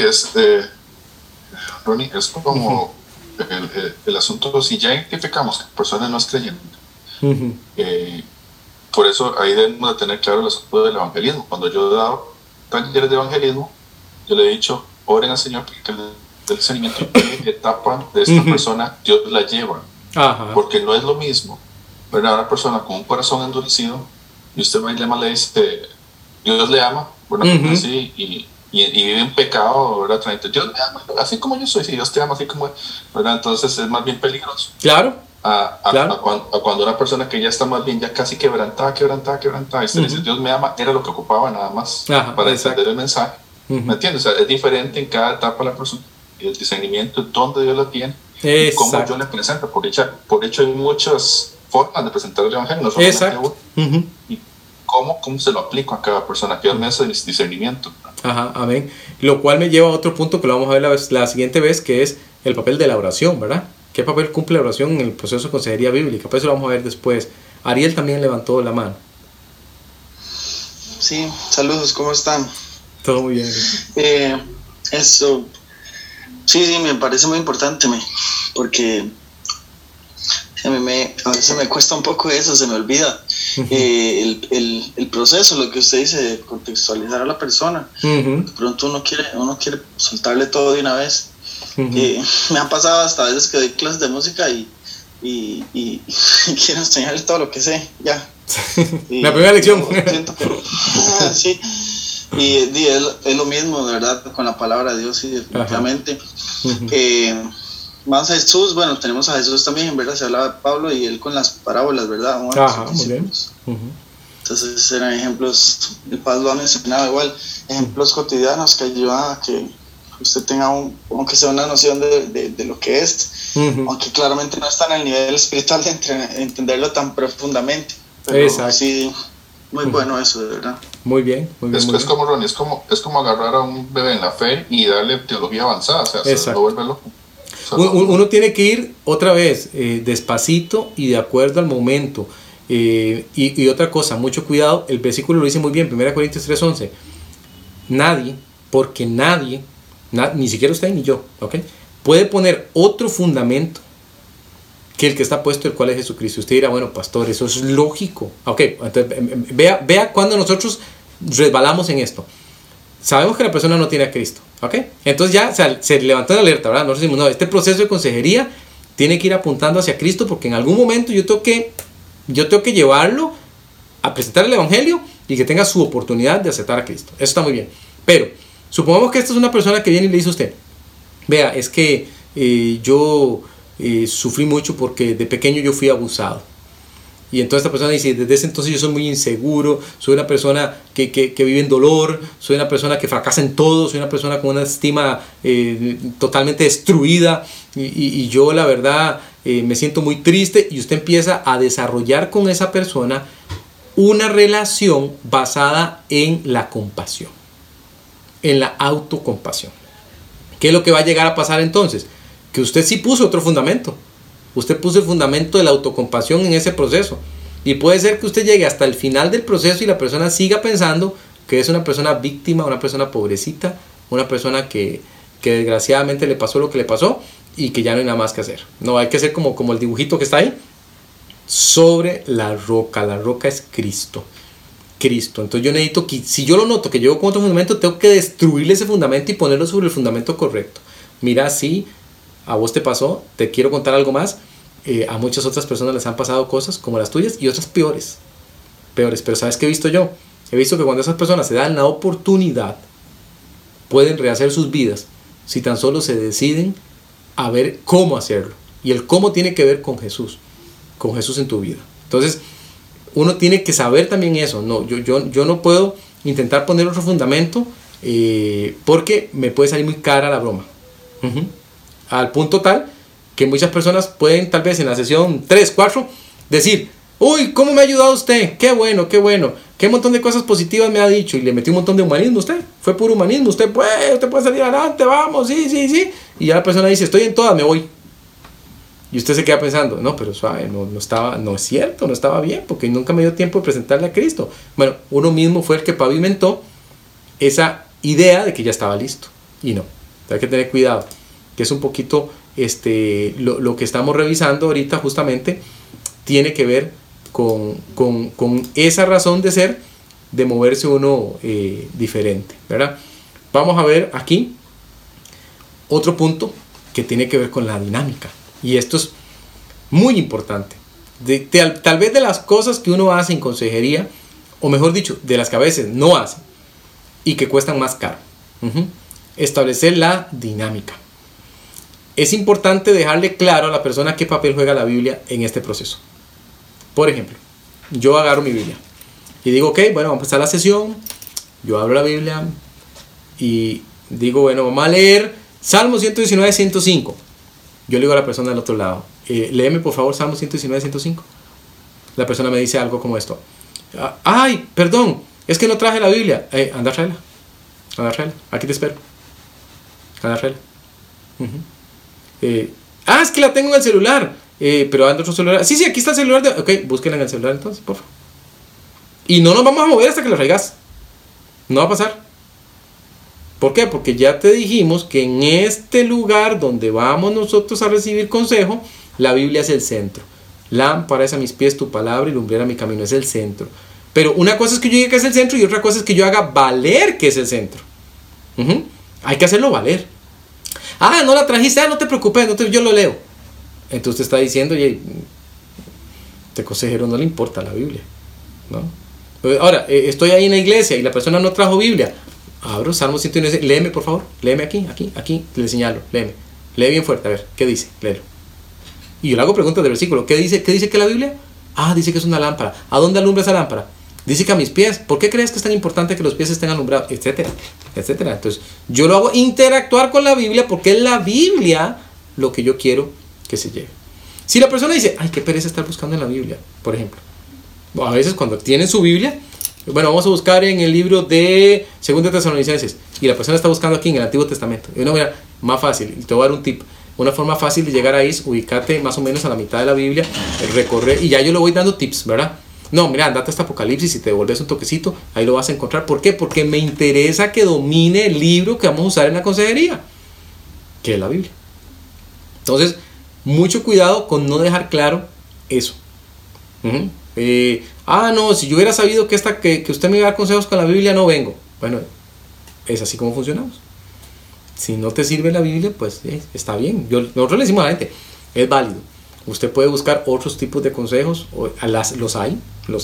Ronnie, es como el asunto, si ya identificamos que la persona no es creyente, por eso ahí debemos de tener claro el asunto del evangelismo. Cuando yo he dado talleres de evangelismo, yo le he dicho, oren al Señor porque el discernimiento de qué etapa de esta persona Dios la lleva. Ajá. Porque no es lo mismo, ¿verdad? Una persona con un corazón endurecido y usted va y le dice, Dios le ama, ¿verdad? Así, y vive en pecado, ¿verdad? Dios me ama, así como yo soy, si Dios te ama, así como, ¿verdad? Entonces es más bien peligroso. Claro. A cuando una persona que ya está más bien, ya casi quebrantada, y usted dice, Dios me ama, era lo que ocupaba nada más. Ajá, para entender el mensaje. ¿Me entiendes? O sea, es diferente en cada etapa de la persona, el discernimiento, dónde Dios lo tiene, y cómo yo le presento. Por hecho hay muchas formas de presentar el evangelio, no solamente uno. Y cómo se lo aplico a cada persona, que Dios me hace discernimiento. Ajá, amén. Lo cual me lleva a otro punto que lo vamos a ver la siguiente vez, que es el papel de la oración, ¿verdad? ¿Qué papel cumple la oración en el proceso de consejería bíblica? Pues eso lo vamos a ver después. Ariel también levantó la mano. Sí, saludos, ¿cómo están? Todo muy bien. Eso, Sí, me parece muy importante, porque a veces me cuesta un poco eso, se me olvida el proceso, lo que usted dice, de contextualizar a la persona. De pronto uno quiere soltarle todo de una vez. Me ha pasado hasta veces que doy clases de música y quiero enseñarle todo lo que sé, ya. La primera lección. Sí. Y es lo mismo, de verdad, con la palabra de Dios, sí, definitivamente. Más a Jesús, bueno, tenemos a Jesús también, en verdad, se hablaba de Pablo y él con las parábolas, ¿verdad? Muy bien. Entonces eran ejemplos, el Paz lo ha mencionado igual, ejemplos cotidianos que ayudan a que usted tenga aunque sea una noción de lo que es, aunque claramente no está en el nivel espiritual de entenderlo tan profundamente. Pero exacto. Sí, muy bueno eso, de verdad. Muy bien. Es como Ronnie, es como agarrar a un bebé en la fe y darle teología avanzada, o sea, se lo vuelve loco. Uno tiene que ir otra vez despacito y de acuerdo al momento. Y otra cosa, mucho cuidado, el versículo lo dice muy bien, 1 Corintios 3:11. Nadie, ni siquiera usted ni yo, ¿okay? Puede poner otro fundamento que el que está puesto, el cual es Jesucristo. Usted dirá, bueno, pastor, eso es lógico. Ok, entonces vea cuando nosotros resbalamos en esto. Sabemos que la persona no tiene a Cristo, ¿ok? Entonces ya se levantó la alerta, ¿verdad? Nosotros decimos, no, este proceso de consejería tiene que ir apuntando hacia Cristo, porque en algún momento yo tengo que llevarlo a presentar el Evangelio y que tenga su oportunidad de aceptar a Cristo. Eso está muy bien. Pero supongamos que esta es una persona que viene y le dice a usted, vea, es que yo sufrí mucho porque de pequeño yo fui abusado. Y entonces esta persona dice, desde ese entonces yo soy muy inseguro, soy una persona que vive en dolor, soy una persona que fracasa en todo, soy una persona con una estima totalmente destruida y yo la verdad me siento muy triste, y usted empieza a desarrollar con esa persona una relación basada en la compasión, en la autocompasión. ¿Qué es lo que va a llegar a pasar entonces? Que usted sí puso otro fundamento. Usted puso el fundamento de la autocompasión en ese proceso. Y puede ser que usted llegue hasta el final del proceso y la persona siga pensando que es una persona víctima, una persona pobrecita, una persona que desgraciadamente le pasó lo que le pasó y que ya no hay nada más que hacer. No, hay que hacer como el dibujito que está ahí. Sobre la roca. La roca es Cristo. Entonces yo necesito que, si yo lo noto que llego con otro fundamento, tengo que destruirle ese fundamento y ponerlo sobre el fundamento correcto. Mira, sí, a vos te pasó, te quiero contar algo más. A muchas otras personas les han pasado cosas como las tuyas y otras peores. Pero ¿sabes qué he visto yo? He visto que cuando esas personas se dan la oportunidad, pueden rehacer sus vidas si tan solo se deciden a ver cómo hacerlo. Y el cómo tiene que ver con Jesús en tu vida. Entonces uno tiene que saber también eso. No, yo no puedo intentar poner otro fundamento porque me puede salir muy cara la broma. Al punto tal que muchas personas pueden, tal vez en la sesión 3, 4, decir, uy, ¿cómo me ha ayudado usted? Qué bueno, qué montón de cosas positivas me ha dicho, y le metí un montón de humanismo a usted, fue puro humanismo, usted puede salir adelante, vamos, sí, y ya la persona dice, estoy en todas, me voy. Y usted se queda pensando, no, pero suave, no es cierto, no estaba bien, porque nunca me dio tiempo de presentarle a Cristo. Bueno, uno mismo fue el que pavimentó esa idea de que ya estaba listo, y no, hay que tener cuidado, que es un poquito lo que estamos revisando ahorita justamente, tiene que ver con esa razón de ser, de moverse uno diferente, ¿verdad? Vamos a ver aquí otro punto que tiene que ver con la dinámica, y esto es muy importante. Tal vez de las cosas que uno hace en consejería, o mejor dicho, de las que a veces no hace y que cuestan más caro. Establecer la dinámica. Es importante dejarle claro a la persona qué papel juega la Biblia en este proceso. Por ejemplo, yo agarro mi Biblia y digo, ok, bueno, vamos a empezar la sesión. Yo abro la Biblia y digo, bueno, vamos a leer Salmo 119, 105. Yo le digo a la persona del otro lado, léeme por favor Salmo 119, 105. La persona me dice algo como esto. Ay, perdón, es que no traje la Biblia. Anda a traerla. Aquí te espero. Anda a traerla. Es que la tengo en el celular. Pero anda otro celular. Sí, aquí está el celular. Ok, búsquela en el celular entonces, por favor. Y no nos vamos a mover hasta que la traigas. No va a pasar. ¿Por qué? Porque ya te dijimos que en este lugar donde vamos nosotros a recibir consejo, la Biblia es el centro. Lámpara es a mis pies tu palabra y lumbrera mi camino, es el centro. Pero una cosa es que yo diga que es el centro y otra cosa es que yo haga valer que es el centro. Hay que hacerlo valer. Ah, no la trajiste, no te preocupes, yo lo leo. Entonces te está diciendo, este consejero no le importa la Biblia, ¿no? Ahora, estoy ahí en la iglesia y la persona no trajo Biblia. Abro Salmo 119, léeme por favor, léeme aquí, le señalo, léeme. Lee bien fuerte, a ver, ¿qué dice? Léelo. Y yo le hago preguntas del versículo. ¿Qué dice que la Biblia? Dice que es una lámpara. ¿A dónde alumbra esa lámpara? Dice que a mis pies. ¿Por qué crees que es tan importante que los pies estén alumbrados? Etcétera, etcétera. Entonces, yo lo hago interactuar con la Biblia porque es la Biblia lo que yo quiero que se lleve. Si la persona dice, ay, qué pereza estar buscando en la Biblia, por ejemplo. A veces cuando tienen su Biblia, bueno, vamos a buscar en el libro de 2 Tesalonicenses y la persona está buscando aquí en el Antiguo Testamento. Y uno, mira, más fácil, te voy a dar un tip. Una forma fácil de llegar ahí es ubicarte más o menos a la mitad de la Biblia, recorrer, y ya yo le voy dando tips, ¿verdad? No, mira, andate hasta Apocalipsis y te devuelves un toquecito, ahí lo vas a encontrar. ¿Por qué? Porque me interesa que domine el libro que vamos a usar en la consejería, que es la Biblia. Entonces, mucho cuidado con no dejar claro eso. No, si yo hubiera sabido que usted me iba a dar consejos con la Biblia, no vengo. Bueno, es así como funcionamos. Si no te sirve la Biblia, pues está bien. Nosotros le decimos a la gente, es válido. Usted puede buscar otros tipos de consejos, los hay.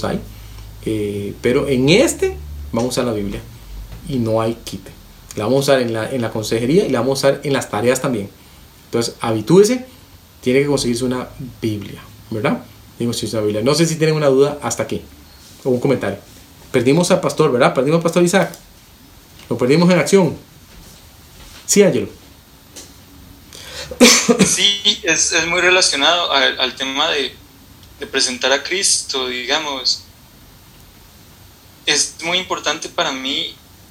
Pero en vamos a usar la Biblia y no hay quite. La vamos a usar en la consejería y la vamos a usar en las tareas también. Entonces, habitúese, tiene que conseguirse una Biblia, ¿verdad? Una Biblia. No sé si tienen una duda hasta aquí o un comentario. Perdimos al pastor, ¿verdad? Perdimos al pastor Isaac. Lo perdimos en acción. Sí, Ángelo. Sí, es muy relacionado al tema de presentar a Cristo, digamos. Es muy importante para mí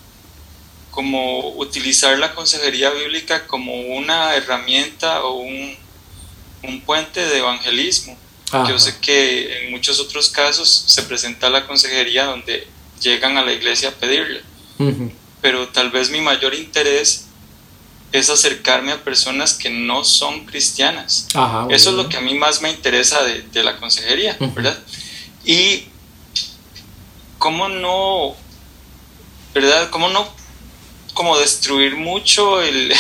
como utilizar la consejería bíblica como una herramienta o un puente de evangelismo. Ajá. Yo sé que en muchos otros casos se presenta la consejería donde llegan a la iglesia a pedirle, pero tal vez mi mayor interés es acercarme a personas que no son cristianas. Ajá, eso es lo que a mí más me interesa de la consejería, ¿verdad? Y cómo no, ¿verdad? Cómo no como destruir mucho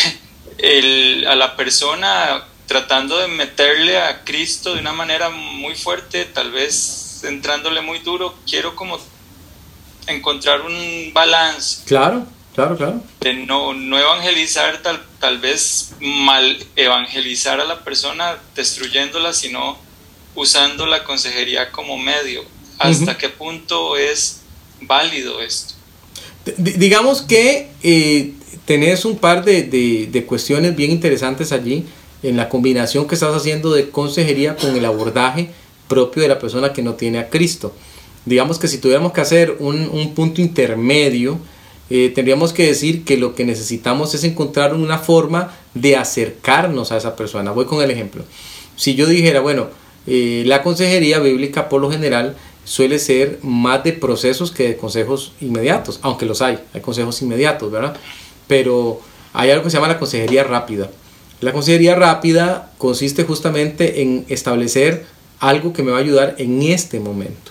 a la persona tratando de meterle a Cristo de una manera muy fuerte, tal vez entrándole muy duro. Quiero como encontrar un balance. Claro. De no evangelizar, tal vez mal evangelizar a la persona, destruyéndola, sino usando la consejería como medio. ¿Hasta qué punto es válido esto? Digamos que tenés un par de cuestiones bien interesantes allí en la combinación que estás haciendo de consejería con el abordaje propio de la persona que no tiene a Cristo. Digamos que si tuviéramos que hacer un punto intermedio, tendríamos que decir que lo que necesitamos es encontrar una forma de acercarnos a esa persona. Voy con el ejemplo. Si yo dijera, bueno, la consejería bíblica por lo general suele ser más de procesos que de consejos inmediatos, aunque los hay consejos inmediatos, ¿verdad? Pero hay algo que se llama la consejería rápida. La consejería rápida consiste justamente en establecer algo que me va a ayudar en este momento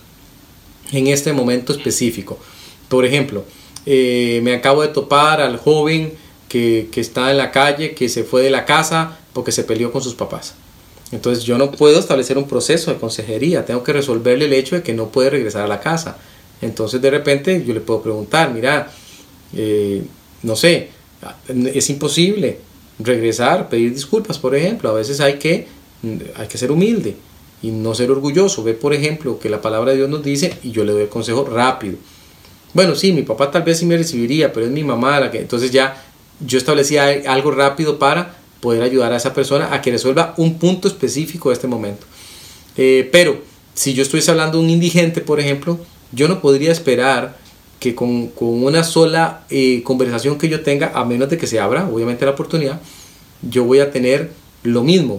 específico. Por ejemplo, me acabo de topar al joven que está en la calle, que se fue de la casa porque se peleó con sus papás. Entonces yo no puedo establecer un proceso de consejería, tengo que resolverle el hecho de que no puede regresar a la casa. Entonces de repente yo le puedo preguntar, mira, no sé, es imposible regresar, pedir disculpas, por ejemplo. A veces hay que ser humilde y no ser orgulloso. Ve, por ejemplo, que la palabra de Dios nos dice, y yo le doy el consejo rápido. Bueno, sí, mi papá tal vez sí me recibiría, pero es mi mamá la que... Entonces ya yo establecía algo rápido para poder ayudar a esa persona a que resuelva un punto específico de este momento. Pero si yo estuviese hablando de un indigente, por ejemplo, yo no podría esperar que con una sola conversación que yo tenga, a menos de que se abra obviamente la oportunidad, yo voy a tener lo mismo.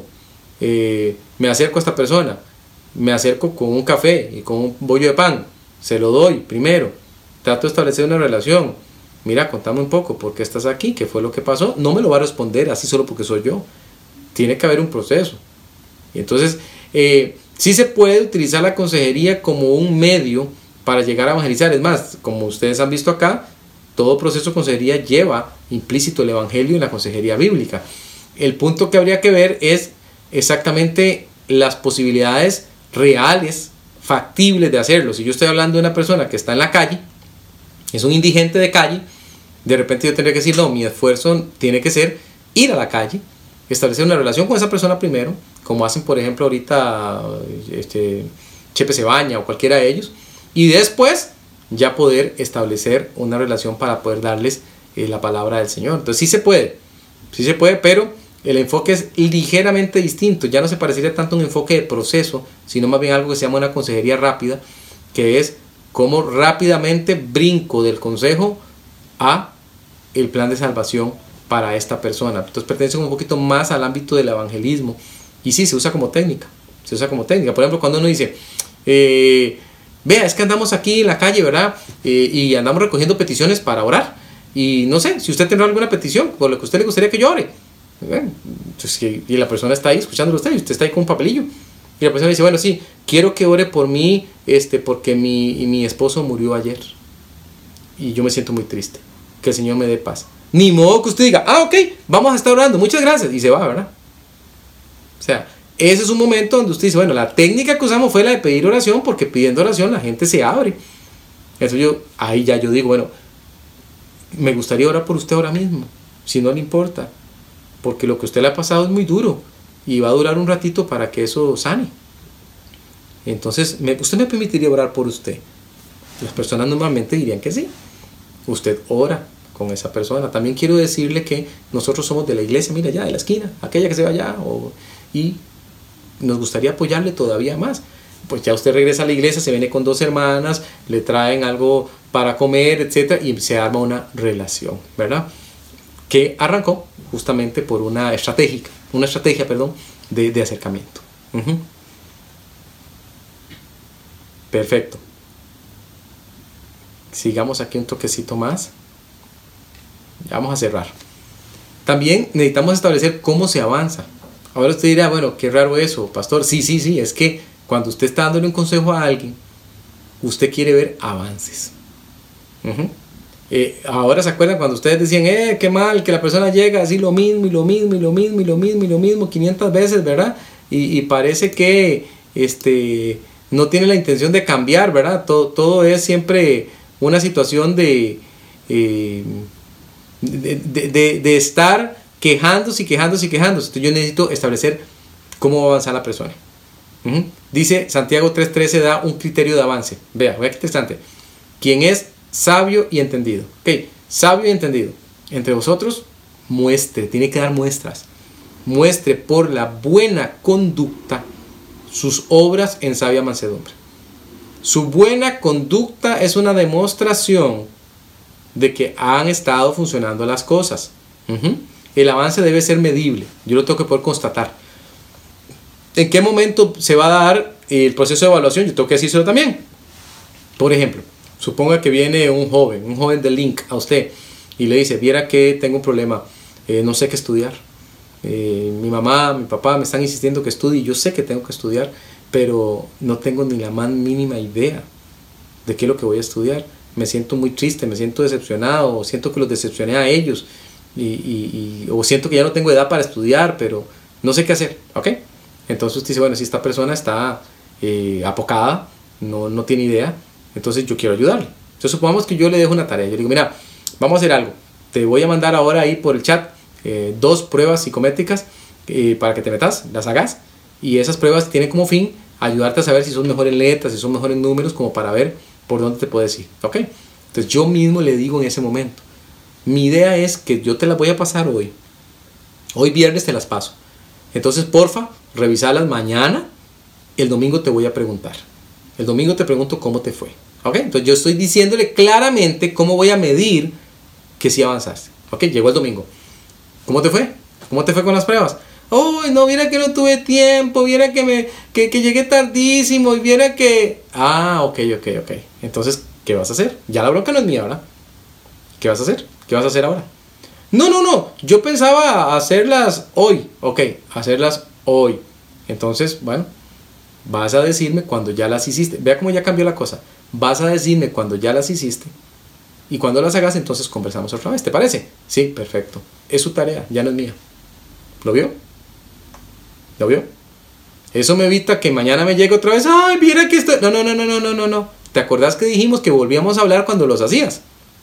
Me acerco a esta persona, me acerco con un café y con un bollo de pan, se lo doy primero, trato de establecer una relación, mira, contame un poco, ¿por qué estás aquí? ¿Qué fue lo que pasó? No me lo va a responder así solo porque soy yo. Tiene que haber un proceso. Y entonces, sí se puede utilizar la consejería como un medio para llegar a evangelizar. Es más, como ustedes han visto acá, todo proceso de consejería lleva implícito el evangelio en la consejería bíblica. El punto que habría que ver es exactamente las posibilidades reales, factibles de hacerlo. Si yo estoy hablando de una persona que está en la calle, es un indigente de calle, de repente yo tendría que decir, no, mi esfuerzo tiene que ser ir a la calle, establecer una relación con esa persona primero, como hacen por ejemplo ahorita Chepe Cebaña o cualquiera de ellos, y después ya poder establecer una relación para poder darles la palabra del Señor. Entonces sí se puede, pero el enfoque es ligeramente distinto. Ya no se parecería tanto a un enfoque de proceso, sino más bien algo que se llama una consejería rápida, que es cómo rápidamente brinco del consejo a el plan de salvación para esta persona. Entonces pertenece un poquito más al ámbito del evangelismo, y sí, se usa como técnica. Por ejemplo, cuando uno dice, vea, es que andamos aquí en la calle, ¿verdad? Y andamos recogiendo peticiones para orar. Y no sé, si usted tendrá alguna petición por lo que a usted le gustaría que yo ore. Entonces, y la persona está ahí escuchándolo a usted, y usted está ahí con un papelillo. Y la persona dice, bueno, sí, quiero que ore por mí, porque mi esposo murió ayer. Y yo me siento muy triste. Que el Señor me dé paz. Ni modo que usted diga, ok, vamos a estar orando, muchas gracias. Y se va, ¿verdad? O sea, ese es un momento donde usted dice, bueno, la técnica que usamos fue la de pedir oración, porque pidiendo oración la gente se abre. Ahí ya yo digo, bueno, me gustaría orar por usted ahora mismo, si no le importa, porque lo que a usted le ha pasado es muy duro y va a durar un ratito para que eso sane. Entonces, ¿usted me permitiría orar por usted? Las personas normalmente dirían que sí. Usted ora con esa persona. También quiero decirle que nosotros somos de la iglesia, mira allá, de la esquina, aquella que se va allá, y nos gustaría apoyarle todavía más. Pues ya usted regresa a la iglesia, se viene con 2 hermanas, le traen algo para comer, etcétera, y se arma una relación, ¿verdad? Que arrancó justamente por una estrategia, de acercamiento. Perfecto. Sigamos aquí un toquecito más. Vamos a cerrar. También necesitamos establecer cómo se avanza. Ahora usted dirá, bueno, qué raro eso, pastor. Sí, es que cuando usted está dándole un consejo a alguien, usted quiere ver avances. Ahora se acuerdan cuando ustedes decían, qué mal, que la persona llega así lo mismo 500 veces, ¿verdad? Y parece que no tiene la intención de cambiar, ¿verdad? Todo es siempre una situación de estar quejándose. Entonces yo necesito establecer cómo va a avanzar la persona. Dice Santiago 3:13, da un criterio de avance. Vea qué interesante. Quien es sabio y entendido. Sabio y entendido. Entre vosotros, tiene que dar muestras. Muestre por la buena conducta sus obras en sabia mansedumbre. Su buena conducta es una demostración de que han estado funcionando las cosas. El avance debe ser medible. Yo lo tengo que poder constatar. ¿En qué momento se va a dar el proceso de evaluación? Yo tengo que decírselo también. Por ejemplo, suponga que viene un joven de Link a usted y le dice, viera que tengo un problema, no sé qué estudiar. Mi mamá, mi papá me están insistiendo que estudie, yo sé que tengo que estudiar, pero no tengo ni la más mínima idea de qué es lo que voy a estudiar. Me siento muy triste, me siento decepcionado, o siento que los decepcioné a ellos, o siento que ya no tengo edad para estudiar, pero no sé qué hacer, ¿ok? Entonces usted dice, bueno, si esta persona está apocada, no tiene idea, entonces yo quiero ayudarle. Entonces supongamos que yo le dejo una tarea, yo le digo, mira, vamos a hacer algo, te voy a mandar ahora ahí por el chat 2 pruebas psicométricas para que te metas, las hagas, y esas pruebas tienen como fin ayudarte a saber si sos mejor en letras, si sos mejor en números, como para ver por dónde te puedes ir, ¿ok? Entonces yo mismo le digo en ese momento, mi idea es que yo te las voy a pasar hoy viernes te las paso, entonces porfa, revisarlas mañana, el domingo te voy a preguntar, el domingo te pregunto cómo te fue, ¿ok? Entonces yo estoy diciéndole claramente cómo voy a medir que sí avanzaste, ¿ok? Llegó el domingo, ¿cómo te fue? ¿Cómo te fue con las pruebas? Uy, no, viera que no tuve tiempo, viera que llegué tardísimo, y viera que... ok. Entonces, ¿qué vas a hacer? Ya la bronca no es mía, ¿verdad? ¿Qué vas a hacer? ¿Qué vas a hacer ahora? No, yo pensaba hacerlas hoy. Ok, hacerlas hoy. Entonces, bueno, vas a decirme cuando ya las hiciste. Vea cómo ya cambió la cosa. Vas a decirme cuando ya las hiciste. Y cuando las hagas, entonces conversamos otra vez. ¿Te parece? Sí, perfecto. Es su tarea, ya no es mía. ¿Lo vio? ¿Lo vio? Eso me evita que mañana me llegue otra vez. Ay, mira que esto. No. ¿Te acordás que dijimos que volvíamos a hablar cuando los hacías?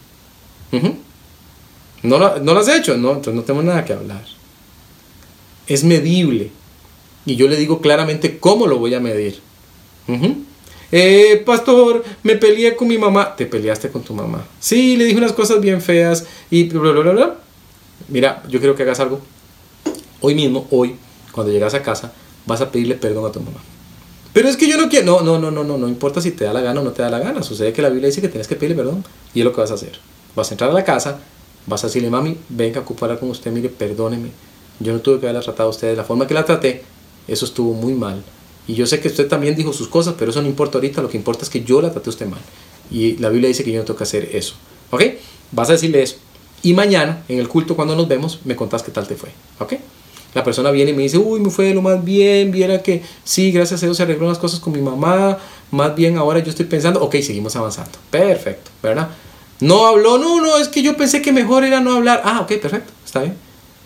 No lo has hecho, no, entonces no tenemos nada que hablar. Es medible. Y yo le digo claramente cómo lo voy a medir. Pastor, me peleé con mi mamá. Te peleaste con tu mamá. Sí, le dije unas cosas bien feas y bla, bla, bla, bla. Mira, yo quiero que hagas algo. Hoy mismo, cuando llegas a casa, vas a pedirle perdón a tu mamá. Pero es que yo no quiero. No importa si te da la gana o no te da la gana. Sucede que la Biblia dice que tienes que pedirle perdón. Y es lo que vas a hacer. Vas a entrar a la casa, vas a decirle, mami, venga a ocupar con usted, mire, perdóneme. Yo no tuve que haberla tratado a usted de la forma que la traté. Eso estuvo muy mal. Y yo sé que usted también dijo sus cosas, pero eso no importa ahorita. Lo que importa es que yo la traté a usted mal. Y la Biblia dice que yo no tengo que hacer eso. ¿Ok? Vas a decirle eso. Y mañana, en el culto, cuando nos vemos, me contás qué tal te fue. ¿Ok? La persona viene y me dice, uy, me fue de lo más bien, viera que sí, gracias a Dios se arregló unas cosas con mi mamá, más bien ahora yo estoy pensando, ok, seguimos avanzando. Perfecto, ¿verdad? No habló, no, es que yo pensé que mejor era no hablar. Ah, ok, perfecto, está bien.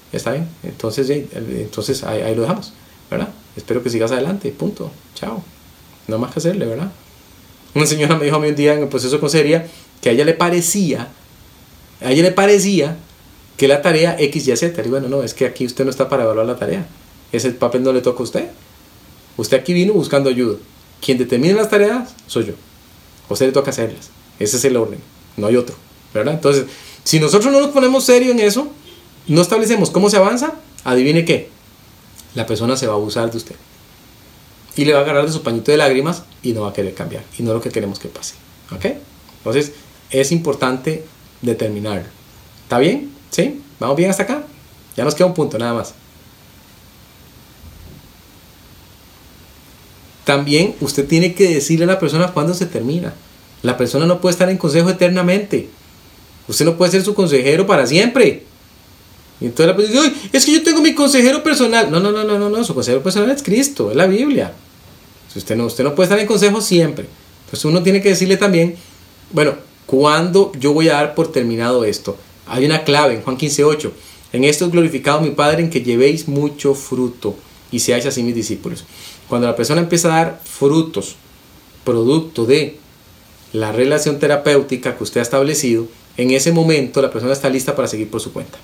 Entonces ahí lo dejamos, ¿verdad? Espero que sigas adelante, punto, chao. No más que hacerle, ¿verdad? Una señora me dijo a mí un día en el proceso de consejería que a ella le parecía que la tarea X, Y, Z. Y bueno, no, es que aquí usted no está para evaluar la tarea. Ese papel no le toca a usted. Usted aquí vino buscando ayuda. Quien determina las tareas soy yo. A usted le toca hacerlas. Ese es el orden. No hay otro, ¿verdad? Entonces, si nosotros no nos ponemos serio en eso, no establecemos cómo se avanza, adivine qué. La persona se va a abusar de usted. Y le va a agarrar de su pañito de lágrimas y no va a querer cambiar. Y no es lo que queremos que pase. ¿Ok? Entonces, es importante determinarlo. ¿Está bien? ¿Sí? ¿Vamos bien hasta acá? Ya nos queda un punto, nada más. También usted tiene que decirle a la persona cuándo se termina. La persona no puede estar en consejo eternamente. Usted no puede ser su consejero para siempre. Y entonces la persona dice, es que yo tengo mi consejero personal. No, su consejero personal es Cristo, es la Biblia. Usted no puede estar en consejo siempre. Entonces uno tiene que decirle también, bueno, ¿cuándo yo voy a dar por terminado esto? Hay una clave en Juan 15:8. En esto es glorificado mi Padre, en que llevéis mucho fruto y seáis así mis discípulos. Cuando la persona empieza a dar frutos, producto de la relación terapéutica que usted ha establecido, en ese momento la persona está lista para seguir por su cuenta.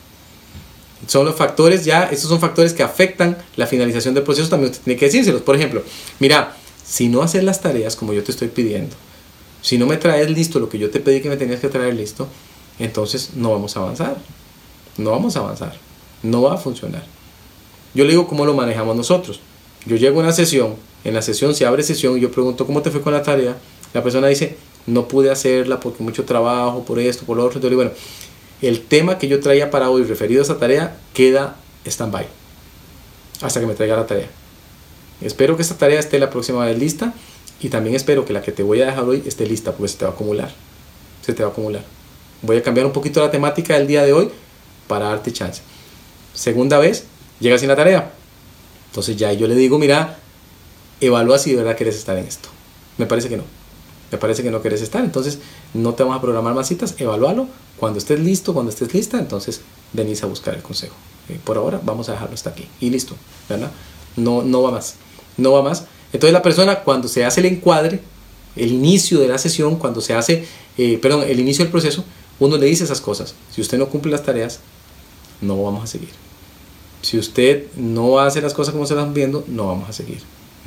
Son los factores ya, estos son factores que afectan la finalización del proceso, también usted tiene que decírselos. Por ejemplo, mira, si no haces las tareas como yo te estoy pidiendo, si no me traes listo lo que yo te pedí que me tenías que traer listo, entonces no vamos a avanzar. No va a funcionar. Yo le digo cómo lo manejamos nosotros. Yo llego a una sesión, en la sesión se abre sesión y yo pregunto cómo te fue con la tarea. La persona dice, no pude hacerla porque mucho trabajo, por esto, por lo otro. Entonces le digo, bueno, el tema que yo traía para hoy referido a esa tarea queda stand-by hasta que me traiga la tarea. Espero que esta tarea esté la próxima vez lista y también espero que la que te voy a dejar hoy esté lista porque se te va a acumular. Voy a cambiar un poquito la temática del día de hoy para darte chance. Segunda vez, llegas sin la tarea. Entonces ya yo le digo, mira, evalúa si de verdad quieres estar en esto. Me parece que no quieres estar, entonces no te vamos a programar más citas, evalúalo. Cuando estés listo, cuando estés lista, entonces venís a buscar el consejo. Por ahora vamos a dejarlo hasta aquí y listo, ¿verdad? No va más. Entonces la persona, cuando se hace el encuadre, el inicio de la sesión, cuando se hace, el inicio del proceso, uno le dice esas cosas. Si usted no cumple las tareas, no vamos a seguir. Si usted no hace las cosas como se las están viendo, no vamos a seguir.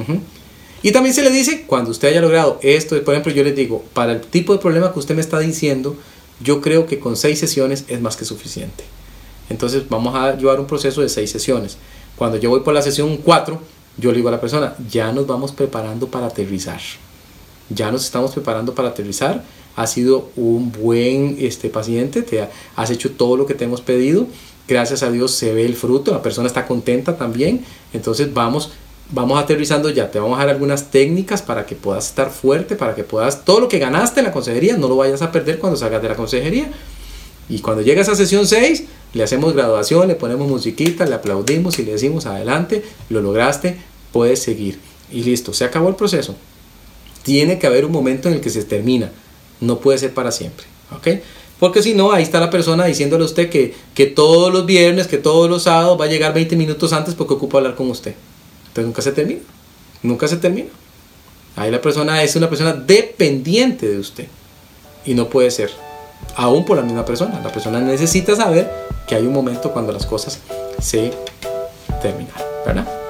Y también se le dice, cuando usted haya logrado esto, por ejemplo, yo les digo, para el tipo de problema que usted me está diciendo, yo creo que con 6 sesiones es más que suficiente. Entonces vamos a llevar un proceso de 6 sesiones. Cuando yo voy por la sesión 4, yo le digo a la persona, ya nos vamos preparando para aterrizar. Ya nos estamos preparando para aterrizar. Has sido un buen paciente, has hecho todo lo que te hemos pedido. Gracias a Dios se ve el fruto, la persona está contenta también. Entonces vamos aterrizando ya. Te vamos a dar algunas técnicas para que puedas estar fuerte, para que puedas, todo lo que ganaste en la consejería, no lo vayas a perder cuando salgas de la consejería. Y cuando llega esa sesión 6, le hacemos graduación, le ponemos musiquita, le aplaudimos y le decimos adelante, lo lograste, puedes seguir. Y listo, se acabó el proceso. Tiene que haber un momento en el que se termina, no puede ser para siempre, ¿ok? Porque si no, ahí está la persona diciéndole a usted que todos los viernes, que todos los sábados va a llegar 20 minutos antes porque ocupa hablar con usted. Entonces nunca se termina, nunca se termina. Ahí la persona es una persona dependiente de usted y no puede ser, aún por la misma persona. La persona necesita saber que hay un momento cuando las cosas se terminan, ¿verdad?